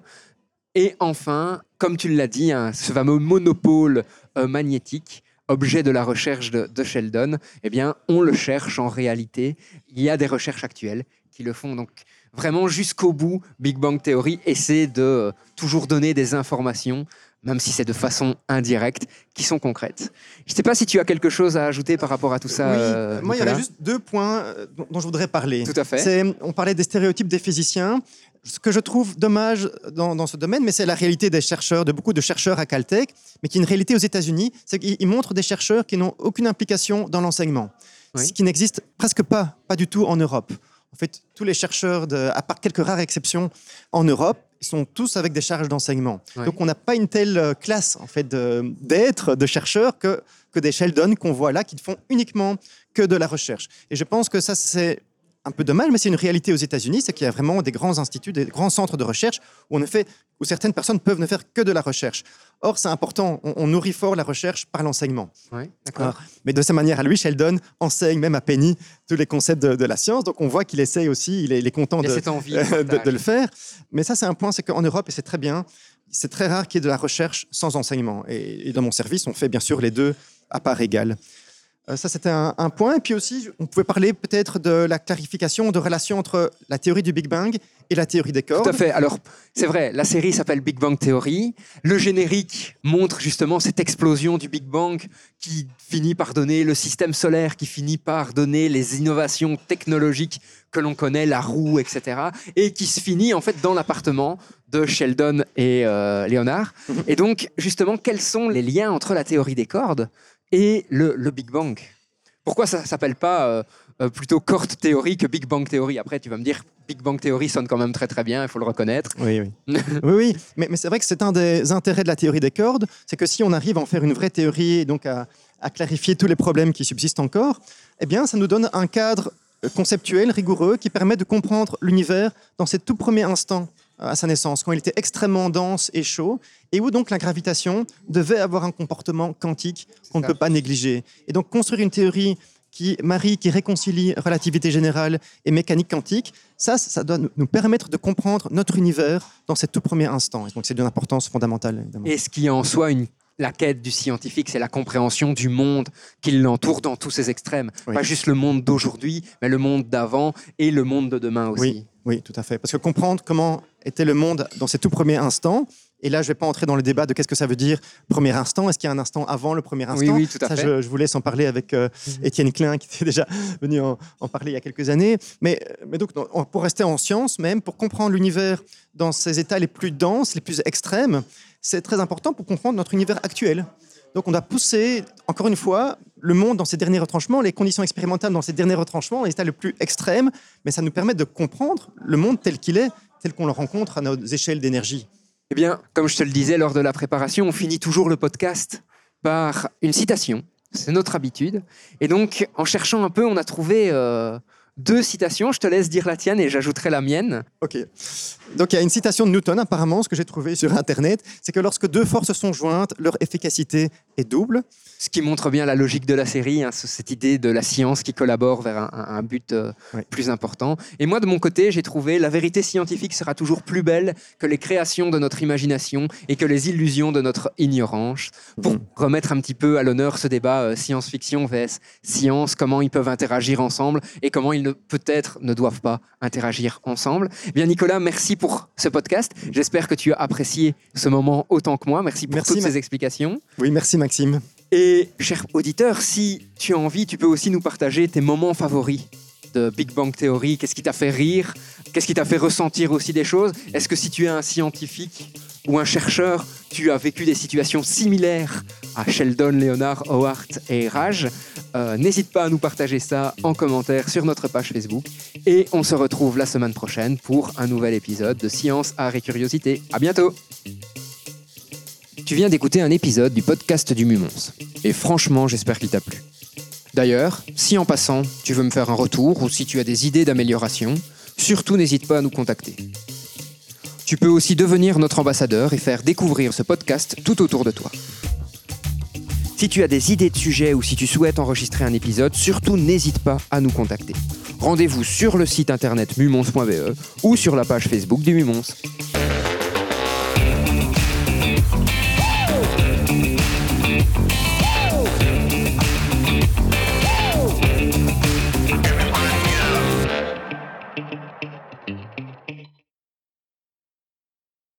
Et enfin, comme tu l'as dit, hein, ce fameux monopôle euh, magnétique, objet de la recherche de, de Sheldon, eh bien, on le cherche en réalité. Il y a des recherches actuelles qui le font. Donc, vraiment, jusqu'au bout, Big Bang Theory essaie de euh, toujours donner des informations, même si c'est de façon indirecte, qui sont concrètes. Je ne sais pas si tu as quelque chose à ajouter par rapport à tout ça. Oui, euh, moi, il y en a juste deux points dont, dont je voudrais parler. Tout à fait. C'est, on parlait des stéréotypes des physiciens. Ce que je trouve dommage dans, dans ce domaine, mais c'est la réalité des chercheurs, de beaucoup de chercheurs à Caltech, mais qui est une réalité aux États-Unis, c'est qu'ils montrent des chercheurs qui n'ont aucune implication dans l'enseignement, oui. Ce qui n'existe presque pas, pas du tout en Europe. En fait, tous les chercheurs, de, à part quelques rares exceptions en Europe, ils sont tous avec des charges d'enseignement. Oui. Donc, on n'a pas une telle classe en fait, de, d'être, de chercheurs que, que des Sheldon qu'on voit là, qui ne font uniquement que de la recherche. Et je pense que ça, c'est un peu dommage, mais c'est une réalité aux États-Unis, c'est qu'il y a vraiment des grands instituts, des grands centres de recherche où, en effet, où certaines personnes peuvent ne faire que de la recherche. Or, c'est important, on, on nourrit fort la recherche par l'enseignement. Oui, d'accord. Euh, mais de sa manière à lui, Sheldon enseigne même à Penny tous les concepts de, de la science, donc on voit qu'il essaye aussi, il est, il est content de, cette envie, euh, de, de le faire. Mais ça, c'est un point, c'est qu'en Europe, et c'est très bien, c'est très rare qu'il y ait de la recherche sans enseignement. Et, et dans mon service, on fait bien sûr les deux à part égale. Euh, ça, c'était un, un point. Et puis aussi, on pouvait parler peut-être de la clarification de relation entre la théorie du Big Bang et la théorie des cordes. Tout à fait. Alors, c'est vrai, la série s'appelle Big Bang Theory. Le générique montre justement cette explosion du Big Bang qui finit par donner le système solaire, qui finit par donner les innovations technologiques que l'on connaît, la roue, et cetera. Et qui se finit en fait dans l'appartement de Sheldon et euh, Leonard. Mm-hmm. Et donc, justement, quels sont les liens entre la théorie des cordes et le, le Big Bang? Pourquoi ça ne s'appelle pas euh, euh, plutôt Chord Theory que Big Bang Theory? Après, tu vas me dire, Big Bang Theory sonne quand même très très bien, il faut le reconnaître. Oui, oui. oui, oui. Mais, mais c'est vrai que c'est un des intérêts de la théorie des cordes, c'est que si on arrive à en faire une vraie théorie et donc à, à clarifier tous les problèmes qui subsistent encore, eh bien, ça nous donne un cadre conceptuel, rigoureux, qui permet de comprendre l'univers dans ses tout premiers instants à sa naissance, quand il était extrêmement dense et chaud, et où donc la gravitation devait avoir un comportement quantique qu'on ne peut pas négliger. Et donc construire une théorie qui marie, qui réconcilie relativité générale et mécanique quantique, ça, ça doit nous permettre de comprendre notre univers dans ses tout premiers instants. Et donc c'est d'une importance fondamentale, évidemment. Et ce qui est en soi une la quête du scientifique, c'est la compréhension du monde qui l'entoure dans tous ses extrêmes. Oui. Pas juste le monde d'aujourd'hui, mais le monde d'avant et le monde de demain aussi. Oui, oui, tout à fait. Parce que comprendre comment était le monde dans ses tout premiers instants, et là, je ne vais pas entrer dans le débat de qu'est-ce que ça veut dire premier instant. Est-ce qu'il y a un instant avant le premier instant? Oui, oui, tout à ça, fait. Je, je vous laisse en parler avec euh, Étienne Klein, qui était déjà venu en, en parler il y a quelques années. Mais, mais donc, pour rester en science, même, pour comprendre l'univers dans ses états les plus denses, les plus extrêmes, c'est très important pour comprendre notre univers actuel. Donc, on doit pousser, encore une fois, le monde dans ses derniers retranchements, les conditions expérimentales dans ses derniers retranchements, les états les plus extrêmes, mais ça nous permet de comprendre le monde tel qu'il est, tel qu'on le rencontre à nos échelles d'énergie. Eh bien, comme je te le disais lors de la préparation, on finit toujours le podcast par une citation. C'est notre habitude. Et donc, en cherchant un peu, on a trouvé euh, deux citations. Je te laisse dire la tienne et j'ajouterai la mienne. Ok. Donc, il y a une citation de Newton, apparemment, ce que j'ai trouvé sur Internet, c'est que lorsque deux forces sont jointes, leur efficacité est double. Ce qui montre bien la logique de la série, hein, cette idée de la science qui collabore vers un, un but euh, ouais. plus important. Et moi, de mon côté, j'ai trouvé la vérité scientifique sera toujours plus belle que les créations de notre imagination et que les illusions de notre ignorance. Pour mmh. remettre un petit peu à l'honneur ce débat euh, science-fiction versus science, comment ils peuvent interagir ensemble et comment ils ne, peut-être ne doivent pas interagir ensemble. Eh bien, Nicolas, merci pour ce podcast. J'espère que tu as apprécié ce moment autant que moi. Merci pour merci, toutes ma... ces explications. Oui, merci Maxime. Et, cher auditeur, si tu as envie, tu peux aussi nous partager tes moments favoris de Big Bang Theory. Qu'est-ce qui t'a fait rire? Qu'est-ce qui t'a fait ressentir aussi des choses? Est-ce que si tu es un scientifique ou un chercheur, tu as vécu des situations similaires à Sheldon, Leonard, Howard et Raj? euh, N'hésite pas à nous partager ça en commentaire sur notre page Facebook. Et on se retrouve la semaine prochaine pour un nouvel épisode de Science, Art et Curiosité. À bientôt! Tu viens d'écouter un épisode du podcast du Mumons. Et franchement, j'espère qu'il t'a plu. D'ailleurs, si en passant, tu veux me faire un retour ou si tu as des idées d'amélioration, surtout n'hésite pas à nous contacter. Tu peux aussi devenir notre ambassadeur et faire découvrir ce podcast tout autour de toi. Si tu as des idées de sujets ou si tu souhaites enregistrer un épisode, surtout n'hésite pas à nous contacter. Rendez-vous sur le site internet mumons point b e ou sur la page Facebook du Mumons.